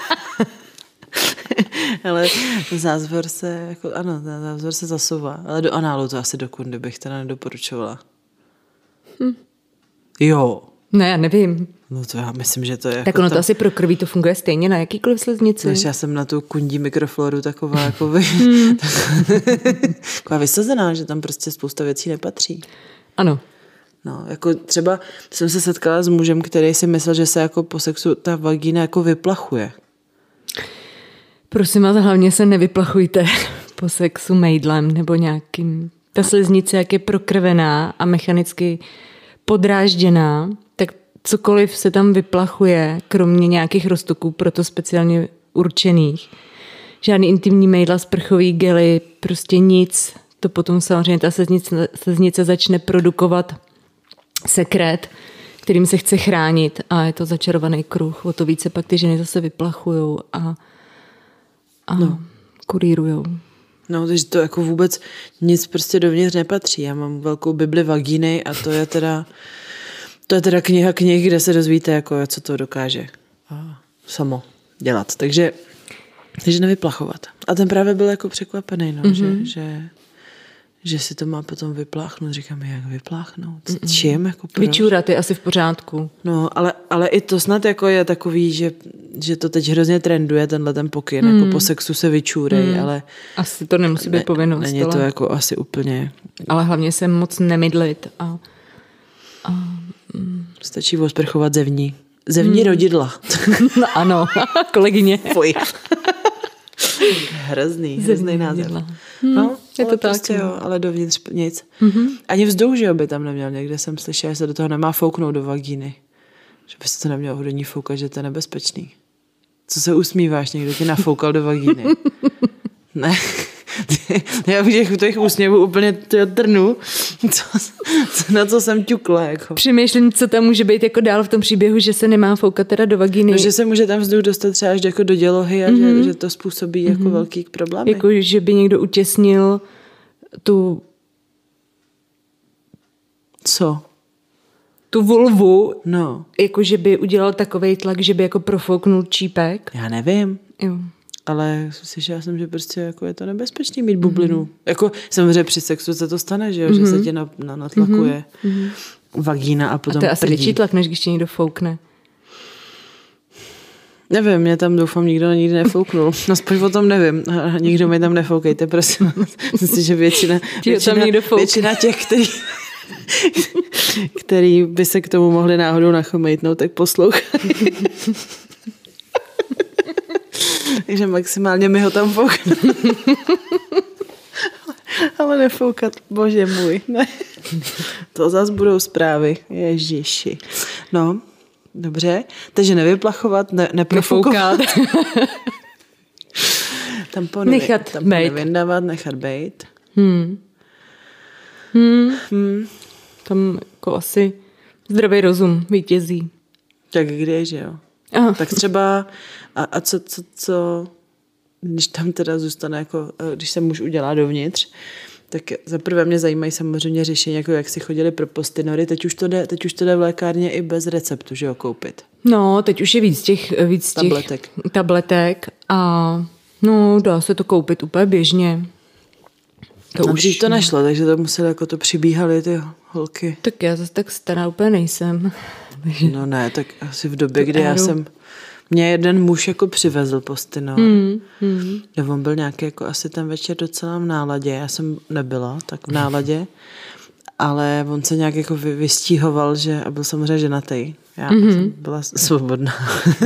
Ale zázvor se, jako, ano, zázvor se zasouvá. Ale do análu to asi do kundy bych teda nedoporučovala. Hm. Jo. Ne, já nevím. No to já myslím, že to je... Tak jako ono tam... to asi pro krví to funguje stejně na jakýkoliv sliznici. Než já jsem na tu kundí mikrofloru taková jako vy... hmm. taková vysazená, že tam prostě spousta věcí nepatří. Ano. No, jako třeba jsem se setkala s mužem, který si myslel, že se jako po sexu ta vagína jako vyplachuje. Prosím vás, hlavně se nevyplachujte po sexu mejdlem nebo nějakým... Ta sliznice, jak je prokrvená a mechanicky podrážděná, tak cokoliv se tam vyplachuje, kromě nějakých roztoků proto speciálně určených. Žádný intimní mejdla, sprchový gely, prostě nic. To potom samozřejmě ta sliznice, sliznice začne produkovat sekret, kterým se chce chránit a je to začarovaný kruh. O to více pak ty ženy zase vyplachujou a, a no. kurírujou. No, takže to jako vůbec nic prostě dovnitř nepatří. Já mám velkou bibli vagíny a to je teda to je teda kniha knih, kde se dozvíte, jako, co to dokáže a samo dělat. Takže, takže nevyplachovat. A ten právě byl jako překvapený, no, mm-hmm. že, že že si to má potom vypláchnout. Říkám, jak vypláchnout? Mm-mm. Čím? Jako vyčůrat je asi v pořádku. No, ale, ale i to snad jako je takový, že, že to teď hrozně trenduje, tenhle ten pokyn, mm. jako po sexu se vyčůrej, mm. ale... Asi to nemusí být ne, povinnost. Není to jako asi úplně... Ale hlavně se moc nemydlit a... a mm. Stačí osprchovat zevní. Zevní mm. rodidla. No ano, kolegyně. Fuj. Hrozný, hrozný název. Hmm, no, je to prostě tak. Jo, ale dovnitř nic. Mm-hmm. Ani vzduch, že by tam neměl. Někde jsem slyšela, že se do toho nemá fouknout do vagíny. Že by se to nemělo do ní foukat, že to je nebezpečný. Co se usmíváš? Někdo ti nafoukal do vagíny. Ne. Já bych těch, těch úsměvů úplně trnu, co, co, na co jsem ťukla. Jako. Přemýšlím, co tam může být jako dál v tom příběhu, že se nemá foukat teda do vagíny. No, že se může tam vzduch dostat třeba až jako do dělohy a mm-hmm. že, že to způsobí jako mm-hmm. velký problémy. Jako, že by někdo utěsnil tu... Co? Tu vulvu, no. Jako, že by udělal takovej tlak, že by jako profouknul čípek. Já nevím. Jo. Ale slyšela jsem, že prostě jako je to nebezpečný mít bublinu. Mm-hmm. Jako samozřejmě při sexu se to stane, že, jo? Mm-hmm. že se tě na, na, natlakuje mm-hmm. vagína a potom a to je asi prdí. větší tlak, než když tě někdo foukne. Nevím, mě tam doufám nikdo nikdy nefouknul. Aspoň o tom nevím. Nikdo mi tam nefoukejte, prosím. Myslím, že většina, většina, většina těch, který, který by se k tomu mohli náhodou nachomejtnout, tak poslouchají. Takže maximálně mi ho tam foukne. Ale nefoukat, bože můj. Ne. To zas budou zprávy. Ježiši. No, dobře. Takže nevyplachovat, ne, neprofoukat. Tampony, nechat tampony vyndávat, nechat bejt. Hmm. Hmm. Hmm. Tam jako asi zdravý rozum vítězí. Tak kde, že jo? Aha. Tak třeba, a, a co, co, co, když tam teda zůstane, jako, když se muž udělá dovnitř, tak zaprvé mě zajímají samozřejmě řešení, jako jak si chodili pro postinory, teď už to jde, teď už to jde v lékárně i bez receptu, že jo, koupit. No, teď už je víc těch, víc těch tabletek. tabletek a no, dá se to koupit úplně běžně. To no, už to nešlo, takže to museli, jako to přibíhaly ty holky. Tak já zase tak stará úplně nejsem. No ne, tak asi v době, kdy já jsem... Mě jeden muž jako přivezl postinor. Mm, mm. On byl nějaký jako asi ten večer docela v náladě. Já jsem nebyla tak v náladě. Ale on se nějak jako vystíhoval, že, a byl samozřejmě ženatý. Já mm-hmm. jsem byla svobodná.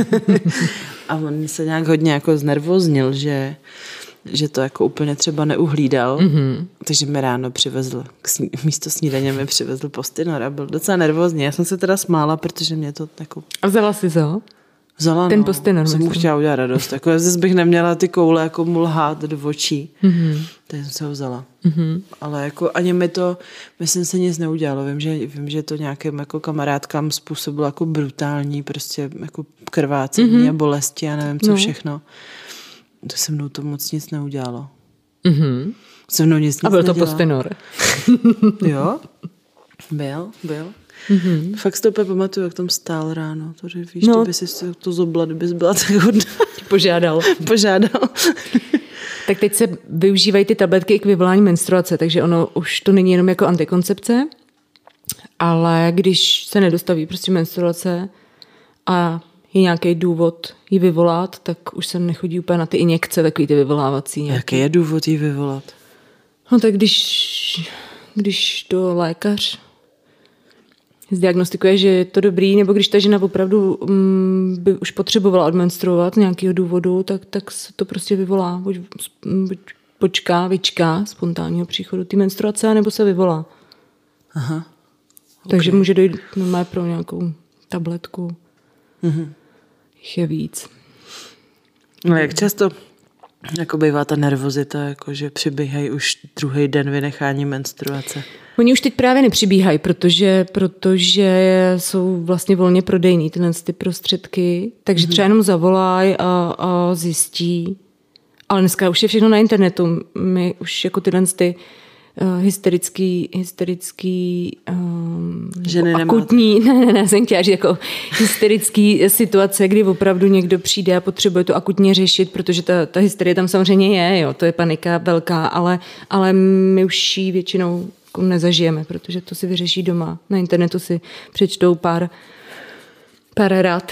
A on se nějak hodně jako znervoznil, že, že to jako úplně třeba neuhlídal. Mm-hmm. Takže mi ráno přivezl, sní, místo snídaně mi přivezl postinor a byl docela nervózní. Já jsem se teda smála, protože mě to jako... A vzala si to? Vzala, ten no. postinor. Jsem mu chtěla udělat radost. Jako zase bych neměla ty koule jako mu lhát do očí. Mm-hmm. Tak jsem se ho vzala. Mm-hmm. Ale jako ani mi to, myslím, se nic neudělalo. Vím, že, vím, že to nějakým jako kamarádkám způsobilo jako brutální prostě jako krvácení mm-hmm. a bolesti a nevím co no. všechno. To se mnou to moc nic neudělalo. Mm-hmm. Se mnou nic, nic a byl to nedělalo. postinor. Jo? Byl, byl. Mm-hmm. Fakt si to úplně pamatuju, jak tam stál ráno. To, že víš, no. to by si to zobla, kdybys byla tak hodná. Požádal. Požádal. Tak teď se využívají ty tabletky i k vyvolání menstruace, takže ono už to není jenom jako antikoncepce, ale když se nedostaví prostě menstruace a je nějaký důvod ji vyvolat, tak už se nechodí úplně na ty injekce, takový ty vyvolávací. Nějaký. Jaký je důvod ji vyvolat? No tak když, když to lékař zdiagnostikuje, že je to dobrý, nebo když ta žena opravdu um, by už potřebovala odmenstruovat z nějakého důvodu, tak, tak se to prostě vyvolá. Buď, buď počká, vyčká spontánního příchodu té menstruace, nebo se vyvolá. Aha. Okay. Takže může dojít normálně pro nějakou tabletku. Mhm. Jich je víc. No jak často jako bývá ta nervozita, jako že přibíhají už druhý den vynechání menstruace? Oni už teď právě nepřibíhají, protože, protože jsou vlastně volně prodejný tyhle ty prostředky, takže třeba jenom zavolají a, a zjistí. Ale dneska už je všechno na internetu. My už jako tyhle ty uh, hysterický, hysterický um, ženy akutní, ne, ne, ne, jsem chtěla říct jako hysterický situace, kdy opravdu někdo přijde a potřebuje to akutně řešit, protože ta, ta hysterie tam samozřejmě je, jo, to je panika velká, ale, ale my už ji většinou nezažijeme, protože to si vyřeší doma. Na internetu si přečtou pár, pár rad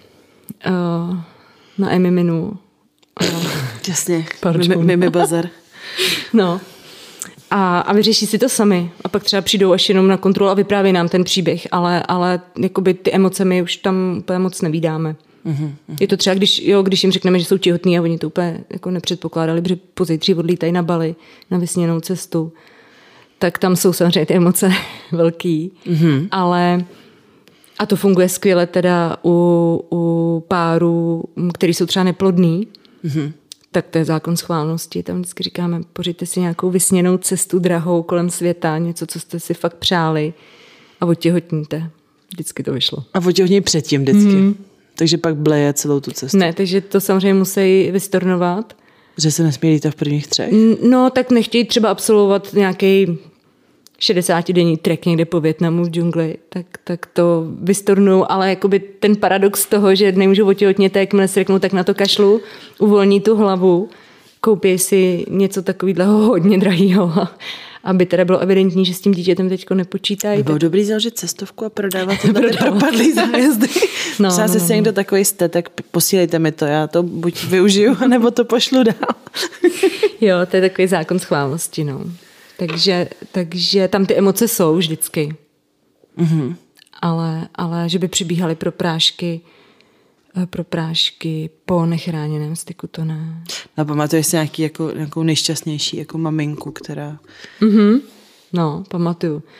uh, na Emiminu. Uh, Jasně, Mimi Bazar. No. A, a vyřeší si to sami. A pak třeba přijdou až jenom na kontrolu a vypráví nám ten příběh, ale, ale jakoby ty emoce my už tam úplně moc nevídáme. Mm-hmm. Je to třeba, když, jo, když jim řekneme, že jsou těhotní a oni to úplně jako nepředpokládali, protože pozítří odlítají na Bali, na vysněnou cestu, tak tam jsou samozřejmě ty emoce velký, mm-hmm. ale a to funguje skvěle teda u, u párů, který jsou třeba neplodný, mm-hmm. tak to je zákon schválnosti. Tam vždycky říkáme, pořiďte si nějakou vysněnou cestu drahou kolem světa, něco, co jste si fakt přáli a otěhotníte. Vždycky to vyšlo. A otěhotní předtím vždycky. Mm. Takže pak bleje celou tu cestu. Ne, takže to samozřejmě musí vystornovat. Že se nesmí lítat v prvních třech? No, tak nechtějí třeba absolvovat nějaký šedesátidenní trek někde po Vietnamu v džungli, tak, tak to vystornou, ale jakoby ten paradox toho, že nemůžu otěhotnět, jakmile si řeknou, tak na to kašlu, uvolní tu hlavu, koupí si něco takového hodně drahého, aby teda bylo evidentní, že s tím dítětem teďko nepočítají. Bylo tak... dobrý založit cestovku a prodávat tyhle ty propadlý zájezdy. No, Přála no, se no, si někdo takový jste, tak posílejte mi to, já to buď využiju, nebo to pošlu dál. Jo, to je takový zákon schválnosti, no. Takže, takže tam ty emoce jsou vždycky. Mm-hmm. Ale, ale že by přibíhaly pro prášky, pro prášky po nechráněném styku, to ne. No, pamatuješ si nějaký, jako, nějakou nejšťastnější jako maminku, která... Mm-hmm. No, pamatuju. Uh,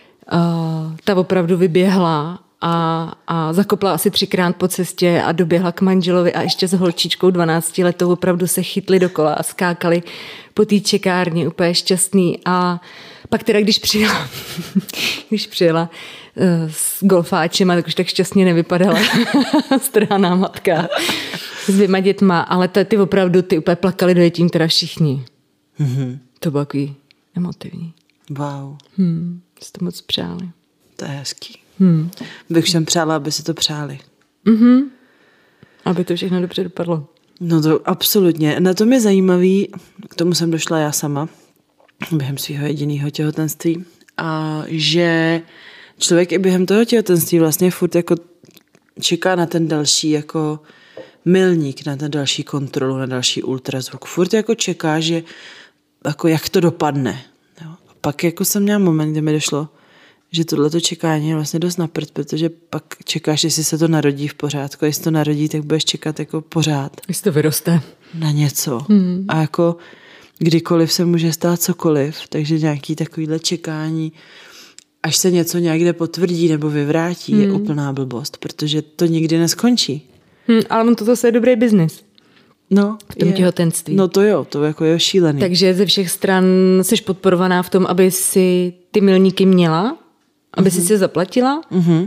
ta opravdu vyběhla a, a zakopla asi třikrát po cestě a doběhla k manželovi a ještě s holčičkou dvanáctiletou opravdu se chytli dokola a skákali po té čekárně, úplně šťastný. A pak teda, když přijela, když přijela uh, s golfáčema, tak už tak šťastně nevypadala strhaná matka s dvěma dětma, ale ty, ty opravdu ty úplně plakali dojetím teda všichni. Mm-hmm. To bylo takový emotivní. Wow. Hmm, jste to moc přáli. To je hezký. Hmm. Bych všem přála, aby si to přáli. Mm-hmm. Aby to všechno dobře dopadlo. No to absolutně. Na tom je zajímavý, k tomu jsem došla já sama, během svého jediného těhotenství, a že člověk i během toho těhotenství vlastně furt jako čeká na ten další jako milník, na ten další kontrolu, na další ultrazvuk. Furt jako čeká, že jako jak to dopadne. Jo. A pak jako jsem měla moment, kdy mi došlo, že tohleto čekání je vlastně dost na prd, protože pak čekáš, jestli se to narodí v pořádku. Jestli to narodí, tak budeš čekat jako pořád. Jestli to vyroste. Na něco. Hmm. A jako kdykoliv se může stát cokoliv, takže nějaký takovýhle čekání, až se něco někde potvrdí nebo vyvrátí, hmm. je úplná blbost, protože to nikdy neskončí. Hmm, ale on to zase je dobrý biznis. No, v tom je. těhotenství. No to jo, to jako je šílený. Takže ze všech stran jsi podporovaná v tom, aby si ty milníky měla, aby uh-huh. si si zaplatila. Uh-huh.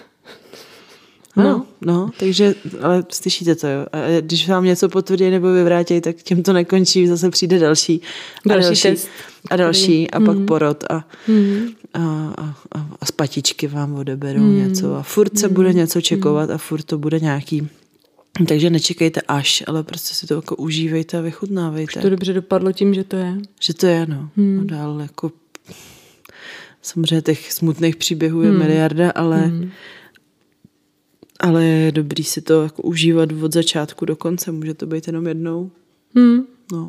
No, no, no, takže, ale slyšíte to, jo. A když vám něco potvrdí nebo vyvrátí, tak tím to nekončí, zase přijde další a další, další test, a další a pak mm. porod a, mm. a, a, a, a z patičky vám odeberou mm. něco a furt se mm. bude něco čekovat a furt to bude nějaký. Takže nečekejte až, ale prostě si to jako užívejte a vychutnávejte. Už to dobře dopadlo tím, že to je. Že to je, no. Mm. A dál jako samozřejmě těch smutných příběhů je mm. miliarda, ale mm. ale je dobrý si to jako užívat od začátku do konce. Může to být jenom jednou. Hmm. No.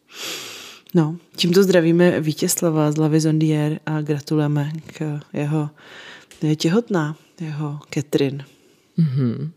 no. Tímto zdravíme Vítězslava z La Maison d'Hier a gratulujeme k jeho, je těhotná, jeho Catherine. Mm-hmm.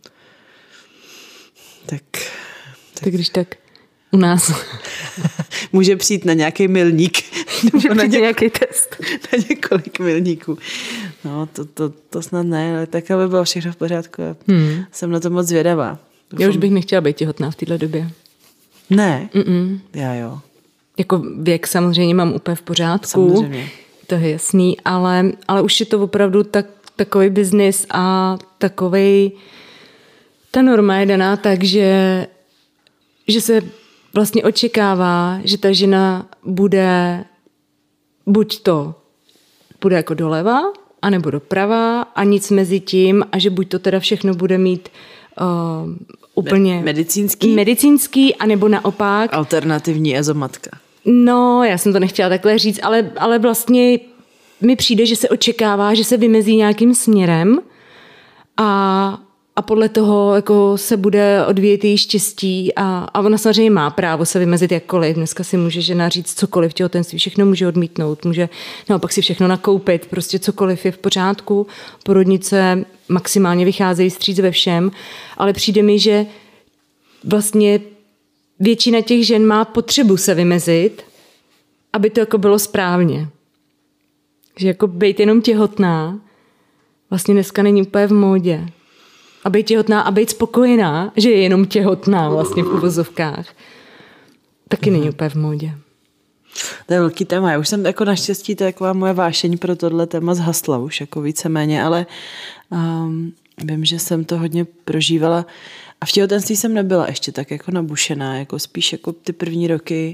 Tak, tak. Tak když tak u nás. Může přijít na nějaký milník. Může na něk- nějaký test. Na několik milníků. No, to, to, to snad ne, ale tak, aby bylo všechno v pořádku. Hmm. Jsem na to moc zvědavá. Já už bych nechtěla být těhotná v téhle době. Ne? Mm-mm. Já jo. Jako věk samozřejmě mám úplně v pořádku. Samozřejmě. To je jasný, ale, ale už je to opravdu tak, takový biznis a takovej, ta norma je daná tak, že, že se vlastně očekává, že ta žena bude buď to bude jako doleva, anebo doprava a nic mezi tím a že buď to teda všechno bude mít uh, úplně medicínský, medicínský, anebo naopak alternativní ezomatka. No, já jsem to nechtěla takhle říct, ale, ale vlastně mi přijde, že se očekává, že se vymezí nějakým směrem a, a podle toho jako se bude odvíjet její štěstí a, a ona samozřejmě má právo se vymezit jakkoliv. Dneska si může žena říct cokoliv v těhotenství, všechno může odmítnout, může naopak si všechno nakoupit, prostě cokoliv je v pořádku, porodnice maximálně vycházejí vstříc ve všem, ale přijde mi, že vlastně většina těch žen má potřebu se vymezit, aby to jako bylo správně. Že jako být jenom těhotná vlastně dneska není úplně v módě. A být těhotná a být spokojená, že je jenom těhotná vlastně v uvozovkách. taky mm. není úplně v módě. To je velký téma. Já už jsem jako naštěstí, to je taková moje vášeň pro tohle téma zhasla už jako víceméně, ale um, vím, že jsem to hodně prožívala a v těhotenství jsem nebyla ještě tak jako nabušená, jako spíš jako ty první roky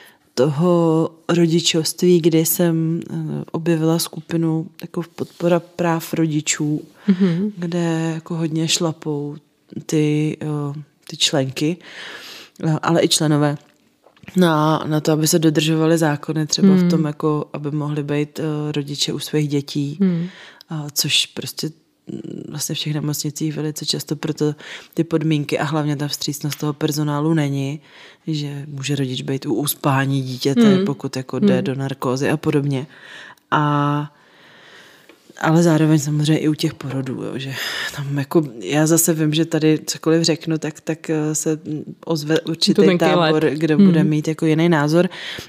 toho rodičovství, kdy jsem objevila skupinu jako podpora práv rodičů, mm-hmm. kde jako hodně šlapou ty, ty členky, ale i členové na, na to, aby se dodržovaly zákony, třeba mm. v tom, jako, aby mohli být rodiče u svých dětí, mm. což prostě vlastně v těch nemocnicích velice často proto ty podmínky a hlavně ta vstřícnost toho personálu není, že může rodič být u uspání dítěte, mm. pokud jako jde mm. do narkózy a podobně. A ale zároveň samozřejmě i u těch porodů, jo, že tam jako, já zase vím, že tady cokoliv řeknu, tak, tak se ozve určitý tábor, kde mm. bude mít jako jiný názor,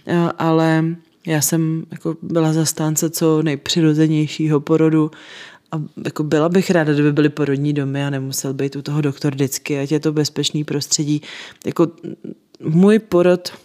ale já jsem jako byla zastánce co nejpřirozenějšího porodu a jako byla bych ráda, kdyby byly porodní domy a nemusel být u toho doktor vždycky, ať je to bezpečný prostředí. Jako můj porod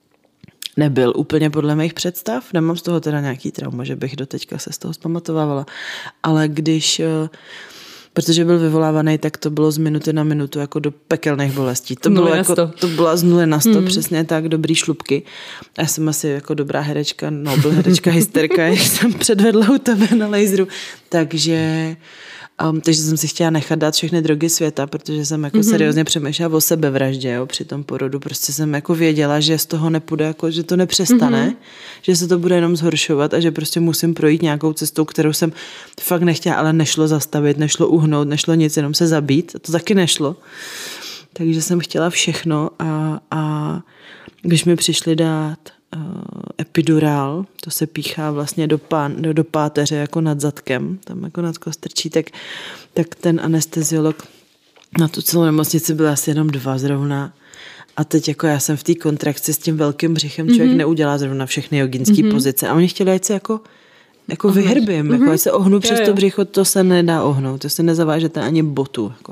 nebyl úplně podle mých představ, nemám z toho teda nějaký trauma, že bych doteďka se z toho zpamatovávala, ale když, protože byl vyvolávaný, tak to bylo z minuty na minutu jako do pekelných bolestí. To bylo jako, to byla z nuly na sto, mm. přesně tak, dobrý šlupky. A já jsem asi jako dobrá herečka, no byl herečka hysterka, jak jsem předvedla u tebe na laseru, takže Um, takže jsem si chtěla nechat dát všechny drogy světa, protože jsem jako mm-hmm. seriózně přemýšlela o sebevraždě, jo, při tom porodu. Prostě jsem jako věděla, že z toho nepůjde, jako, že to nepřestane, mm-hmm. že se to bude jenom zhoršovat a že prostě musím projít nějakou cestou, kterou jsem fakt nechtěla, ale nešlo zastavit, nešlo uhnout, nešlo nic, jenom se zabít. A to taky nešlo. Takže jsem chtěla všechno a, a když mi přišli dát uh, epidurál, to se píchá vlastně do, pán, do, do páteře jako nad zadkem, tam jako nad kostrčí, tak, tak ten anesteziolog na tu celou nemocnici byl asi jenom dva zrovna. A teď jako já jsem v té kontrakci s tím velkým břichem, člověk mm-hmm. neudělá zrovna všechny joginské mm-hmm. pozice. A oni chtěli, ať se jako, jako vyhrbím, mm-hmm. jako ať se ohnu přes to břicho, to se nedá ohnout, to se nezavážete ani botu. Jako.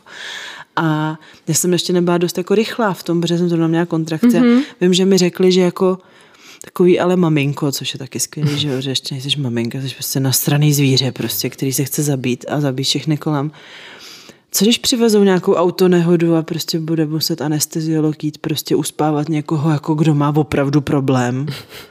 A já jsem ještě nebyla dost jako rychlá v tom, protože jsem zrovna měla kontrakce. Mm-hmm. Vím, že mi řekli, že jako takový ale maminko, což je taky skvělý, že, jo, že ještě nejseš maminka, jsi prostě nasraný zvíře, prostě, který se chce zabít a zabít všechny kolem. Co když přivezou nějakou autonehodu a prostě bude muset anesteziolog jít prostě uspávat někoho, jako kdo má opravdu problém?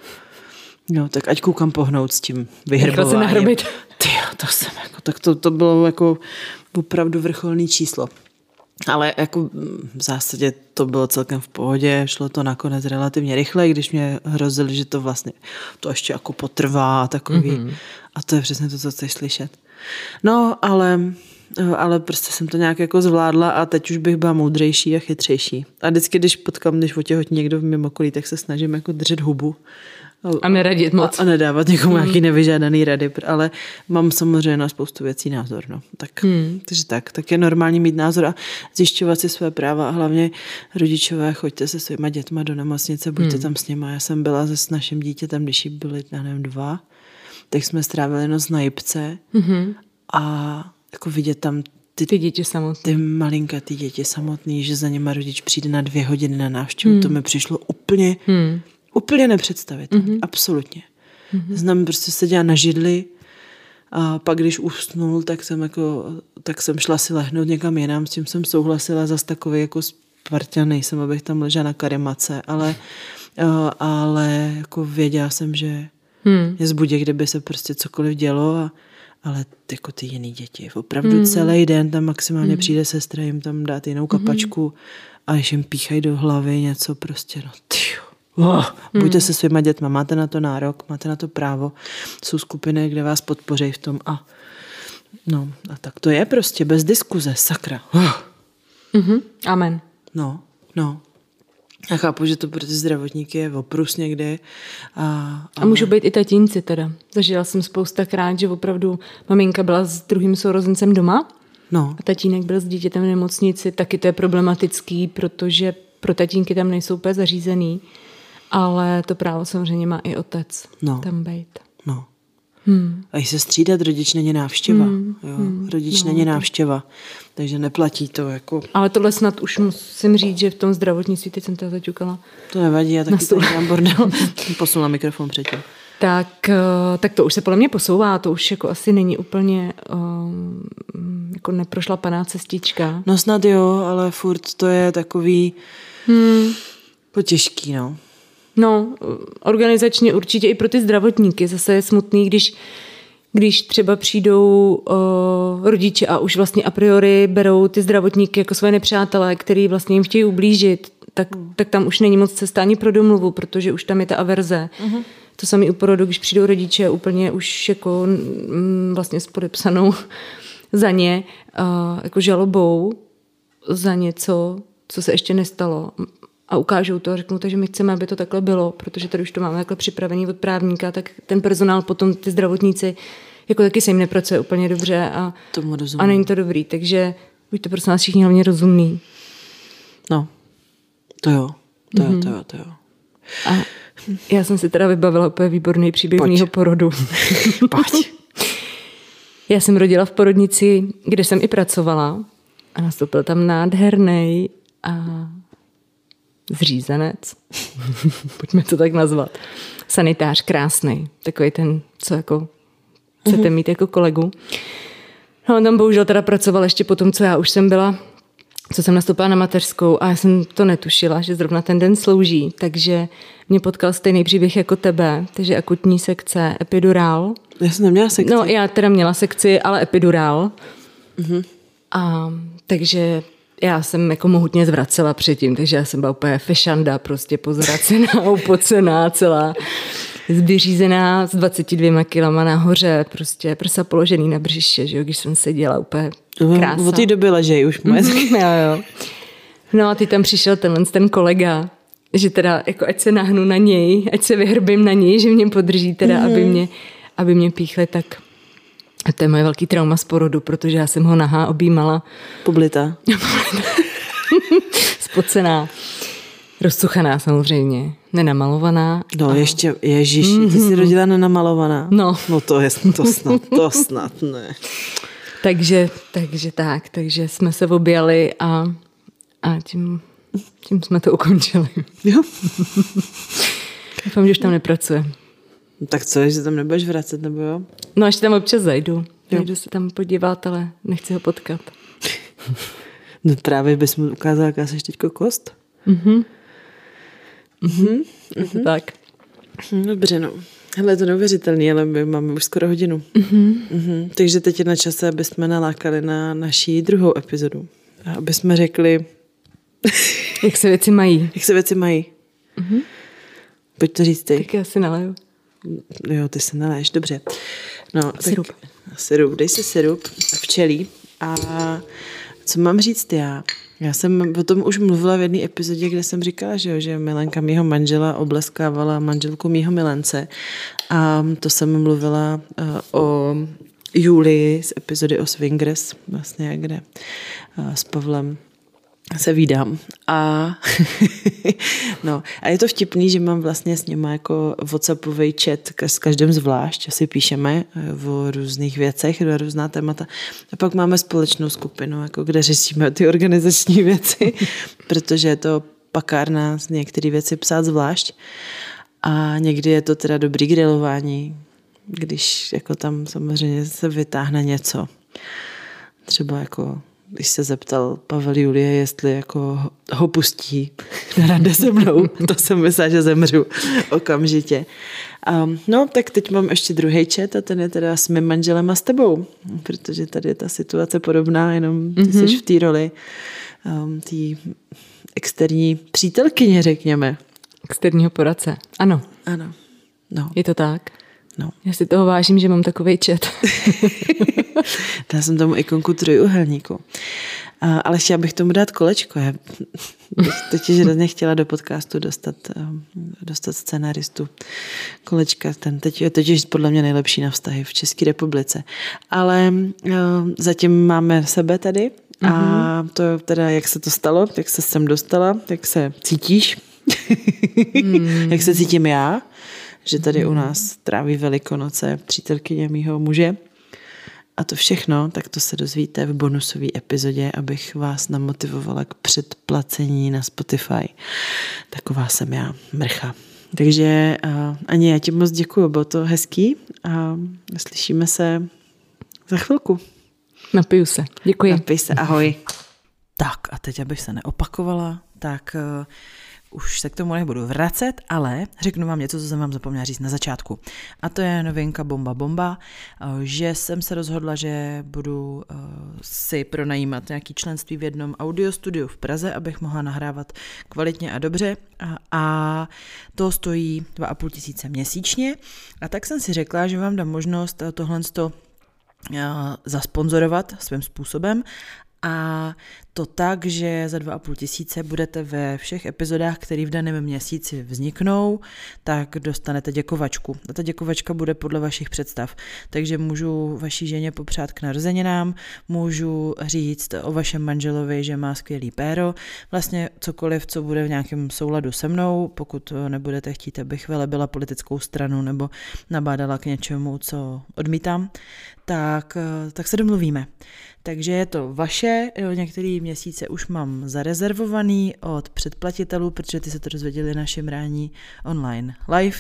No, tak ať koukám pohnout s tím vyhrbováním. Tyjo, to jsem jako, tak to, to bylo jako opravdu vrcholný číslo. Ale jako v zásadě to bylo celkem v pohodě, šlo to nakonec relativně rychle, když mě hrozili, že to vlastně to ještě jako potrvá a takový. Mm-hmm. A to je přesně to, co chceš slyšet. No, ale, ale prostě jsem to nějak jako zvládla a teď už bych byla moudřejší a chytřejší. A vždycky, když potkám, když otěhotní někdo v mém okolí, tak se snažím jako držet hubu. A neradit moc. A nedávat někomu mm. nějaký nevyžádaný rady, ale mám samozřejmě na spoustu věcí názor. No. Tak, mm. takže tak, tak je normální mít názor a zjišťovat si své práva a hlavně rodičové, choďte se svýma dětma do nemocnice, buďte mm. tam s nima. Já jsem byla se s naším dítětem, když jí byly, já nevím, dva, tak jsme strávili noc na jipce mm-hmm. a jako vidět tam ty, ty děti samotné. Ty malinkatý děti samotný, že za nima rodič přijde na dvě hodiny na návštěvu, mm. to mi přišlo úplně... Mm. Úplně nepředstavit. Mm-hmm. Absolutně. Mm-hmm. Znám, prostě seděla na židli a pak, když usnul, tak jsem, jako, tak jsem šla si lehnout někam jinam, s tím jsem souhlasila, zas takový jako Spartan nejsem, abych tam ležela na karimace, ale, ale jako věděla jsem, že mm. je zbudě, kdyby se prostě cokoliv dělo, a, ale jako ty jiný děti. Opravdu mm. celý den tam maximálně mm. přijde sestra, jim tam dát jinou kapačku mm. a když jim píchají do hlavy něco prostě, no tyjo. Oh, buďte mm. se svýma dětma, máte na to nárok, máte na to právo, jsou skupiny, kde vás podpoří v tom a no a tak to je prostě bez diskuze, sakra. Oh. Mm-hmm. Amen. No, no. Já chápu, že to pro ty zdravotníky je oprus někdy. A, a můžou být i tatínci teda. Zažila jsem spoustakrát, že opravdu maminka byla s druhým sourozencem doma no. a tatínek byl s dítětem v nemocnici, taky to je problematický, protože pro tatínky tam nejsou úplně zařízený. Ale to právo samozřejmě má i otec no. tam bejt. No. Hmm. A i se střídat, rodič není návštěva. Hmm. Jo, rodič no, není návštěva, takže neplatí to. Jako... Ale tohle snad už musím říct, že v tom zdravotnictví, teď jsem to zaťukala. To nevadí, já taky tady mám bordel. Posunula mikrofon předtím. Tak, tak to už se podle mě posouvá, to už jako asi není úplně um, jako neprošlapaná cestička. No snad jo, ale furt to je takový hmm. potěžký, no. No, organizačně určitě i pro ty zdravotníky. Zase je smutný, když, když třeba přijdou uh, rodiče a už vlastně a priori berou ty zdravotníky jako své nepřátelé, který vlastně jim chtějí ublížit, tak, hmm. tak tam už není moc cesta ani pro domluvu, protože už tam je ta averze. Hmm. To samé u porodu, když přijdou rodiče úplně už jako mm, vlastně s podepsanou za ně uh, jako žalobou za něco, co se ještě nestalo. A ukážou to a řeknou, takže my chceme, aby to takhle bylo, protože tady už to máme takhle připravený od právníka, tak ten personál potom, ty zdravotníci, jako taky se jim nepracuje úplně dobře a, a není to dobrý. Takže buďte prosím nás všichni hlavně rozumný. No, to jo, to jo, to jo, to jo. A já jsem si teda vybavila úplně výborný příběh mýho porodu. Pojď. Já jsem rodila v porodnici, kde jsem i pracovala a nastoupil tam nádherný a zřízenec, pojďme to tak nazvat, sanitář krásnej, takový ten, co jako chcete mít jako kolegu. No, on tam bohužel teda pracoval ještě po tom, co já už jsem byla, co jsem nastoupila na mateřskou a já jsem to netušila, že zrovna ten den slouží, takže mě potkal stejný příběh jako tebe, takže akutní sekce, epidurál. Já jsem neměla sekci. No, já teda měla sekci, ale epidurál. Uh-huh. A takže já jsem jako mohutně zvracela předtím, takže já jsem byla úplně fešanda, prostě pozvracená, upocená, celá vyřízená s dvaceti dvěma kilama nahoře, prostě prsa položený na břiše, že jo, když jsem seděla úplně krása. Od té doby ležej už moje. Mm, jo, jo. No a ty tam přišel tenhle ten kolega, že teda jako ať se nahnu na něj, ať se vyhrbím na něj, že mě podrží teda, mm-hmm. aby mě, aby mě píchli, tak a to je moje velký trauma z porodu, protože já jsem ho nahá objímala. Poblita. Spocená. Rozsuchaná samozřejmě. Nenamalovaná. No a... ještě, ježiš, ty jsi rodila nenamalovaná. No. No to je, to snad, to snad ne. takže, takže tak, takže jsme se objali a, a tím, tím jsme to ukončili. Jo. Doufám, že už tam nepracuje. Tak co, že tam nebudeš vracet, nebo jo? No, ještě tam občas zajdu. Zajdu se tam podívat, ale nechci ho potkat. No právě bys mu ukázala, jaká jsi teďko kost. Mhm. Mhm. Mhm. Tak. Dobře, no. Hele, je to neuvěřitelný, ale my máme už skoro hodinu. Mhm. Mhm. Takže teď je na čase, aby jsme nalákali na naší druhou epizodu. A aby jsme řekli... Jak se věci mají. Jak se věci mají. Mhm. Pojď to říct ty. Tak já si naleju. Jo, ty se naleješ, dobře. No, syrup. Tak, syrup, dej si syrup včelí. A co mám říct já? Já jsem o tom už mluvila v jedné epizodě, kde jsem říkala, že, jo, že Milenka mýho manžela obleskávala manželku mýho milence. A to jsem mluvila uh, o Julii z epizody o Swingers, vlastně, kde uh, s Pavlem se vídám. A, no, a je to vtipný, že mám vlastně s něma jako whatsappový chat s každým zvlášť, asi píšeme o různých věcech, o různá témata. A pak máme společnou skupinu, jako kde řešíme ty organizační věci, protože je to pakárna z některé věci psát zvlášť. A někdy je to teda dobrý grilování, když jako tam samozřejmě se vytáhne něco. Třeba jako když se zeptal Pavel Julie, jestli jako ho pustí na rande se mnou, to jsem myslela, že zemřu okamžitě. Um, no, tak teď mám ještě druhý chat a ten je teda s mým manželem a s tebou, protože tady je ta situace podobná, jenom ty mm-hmm. jsi v té roli um, té externí přítelkyně, řekněme. Externího poradce, ano. Ano, no. Je to tak? No. Já si toho vážím, že mám takovej chat. Dala jsem tomu ikonku trojuhelníku. A, ale chtěla bych tomu dát kolečko. Já bych totiž hrozně chtěla do podcastu dostat, dostat scenaristu kolečka. Ten teď je totiž podle mě nejlepší na vztahy v České republice. Ale zatím máme sebe tady. A mm-hmm. to teda, jak se to stalo, jak se sem dostala, jak se cítíš, mm. jak se cítím já, že tady u nás tráví Velikonoce přítelkyně mýho muže. A to všechno, tak to se dozvíte v bonusové epizodě, abych vás namotivovala k předplacení na Spotify. Taková jsem já, mrcha. Takže uh, Ani, já ti moc děkuju, bylo to hezký a slyšíme se za chvilku. Napiju se. Děkuji. Napij se, ahoj. Tak a teď, abych se neopakovala, tak uh, už se k tomu nebudu vracet, ale řeknu vám něco, co jsem vám zapomněla říct na začátku. A to je novinka Bomba Bomba, že jsem se rozhodla, že budu uh, si pronajímat nějaký členství v jednom audiostudiu v Praze, abych mohla nahrávat kvalitně a dobře. A, a to stojí dva a půl tisíce měsíčně. A tak jsem si řekla, že vám dám možnost tohle uh, zasponzorovat svým způsobem. A to tak, že za dva a půl tisíce budete ve všech epizodách, které v daném měsíci vzniknou, tak dostanete děkovačku. A ta děkovačka bude podle vašich představ. Takže můžu vaší ženě popřát k narozeninám, můžu říct o vašem manželovi, že má skvělý péro, vlastně cokoliv, co bude v nějakém souladu se mnou, pokud nebudete chtít, abych velebila politickou stranu nebo nabádala k něčemu, co odmítám, tak, tak se domluvíme. Takže je to vaše, některé měsíce už mám zarezervovaný od předplatitelů, protože ty se to dozvěděli na Šimrání online live,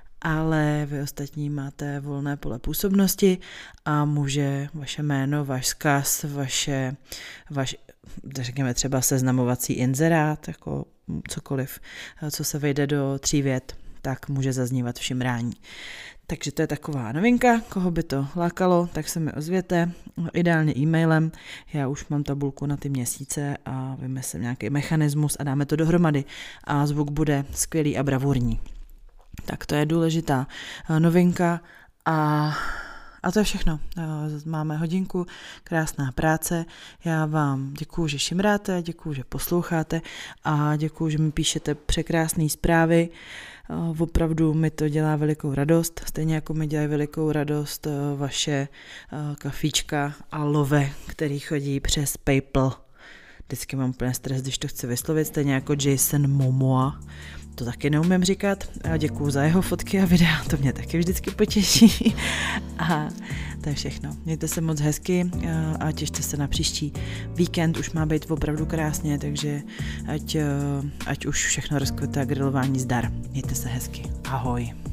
ale vy ostatní máte volné pole působnosti a může vaše jméno, váš vzkaz, vaše, vaš, řekněme třeba seznamovací inzerát, jako cokoliv, co se vejde do tří vět, tak může zaznívat v Šimrání. Takže to je taková novinka, koho by to lákalo, tak se mi ozvěte, ideálně e-mailem, já už mám tabulku na ty měsíce a vymyslím nějaký mechanismus a dáme to dohromady a zvuk bude skvělý a bravurní. Tak to je důležitá novinka a, a to je všechno. Máme hodinku, krásná práce, já vám děkuju, že šimráte, děkuju, že posloucháte a děkuju, že mi píšete překrásné zprávy. Opravdu mi to dělá velikou radost, stejně jako mi dělají velikou radost vaše kafíčka a love, který chodí přes PayPal. Vždycky mám úplně stres, když to chci vyslovit, stejně jako Jason Momoa. To taky neumím říkat. A děkuju za jeho fotky a videa, to mě taky vždycky potěší. A to je všechno. Mějte se moc hezky a těšte se na příští víkend. Už má být opravdu krásně, takže ať, ať už všechno rozkvitá, grilování zdar. Mějte se hezky. Ahoj.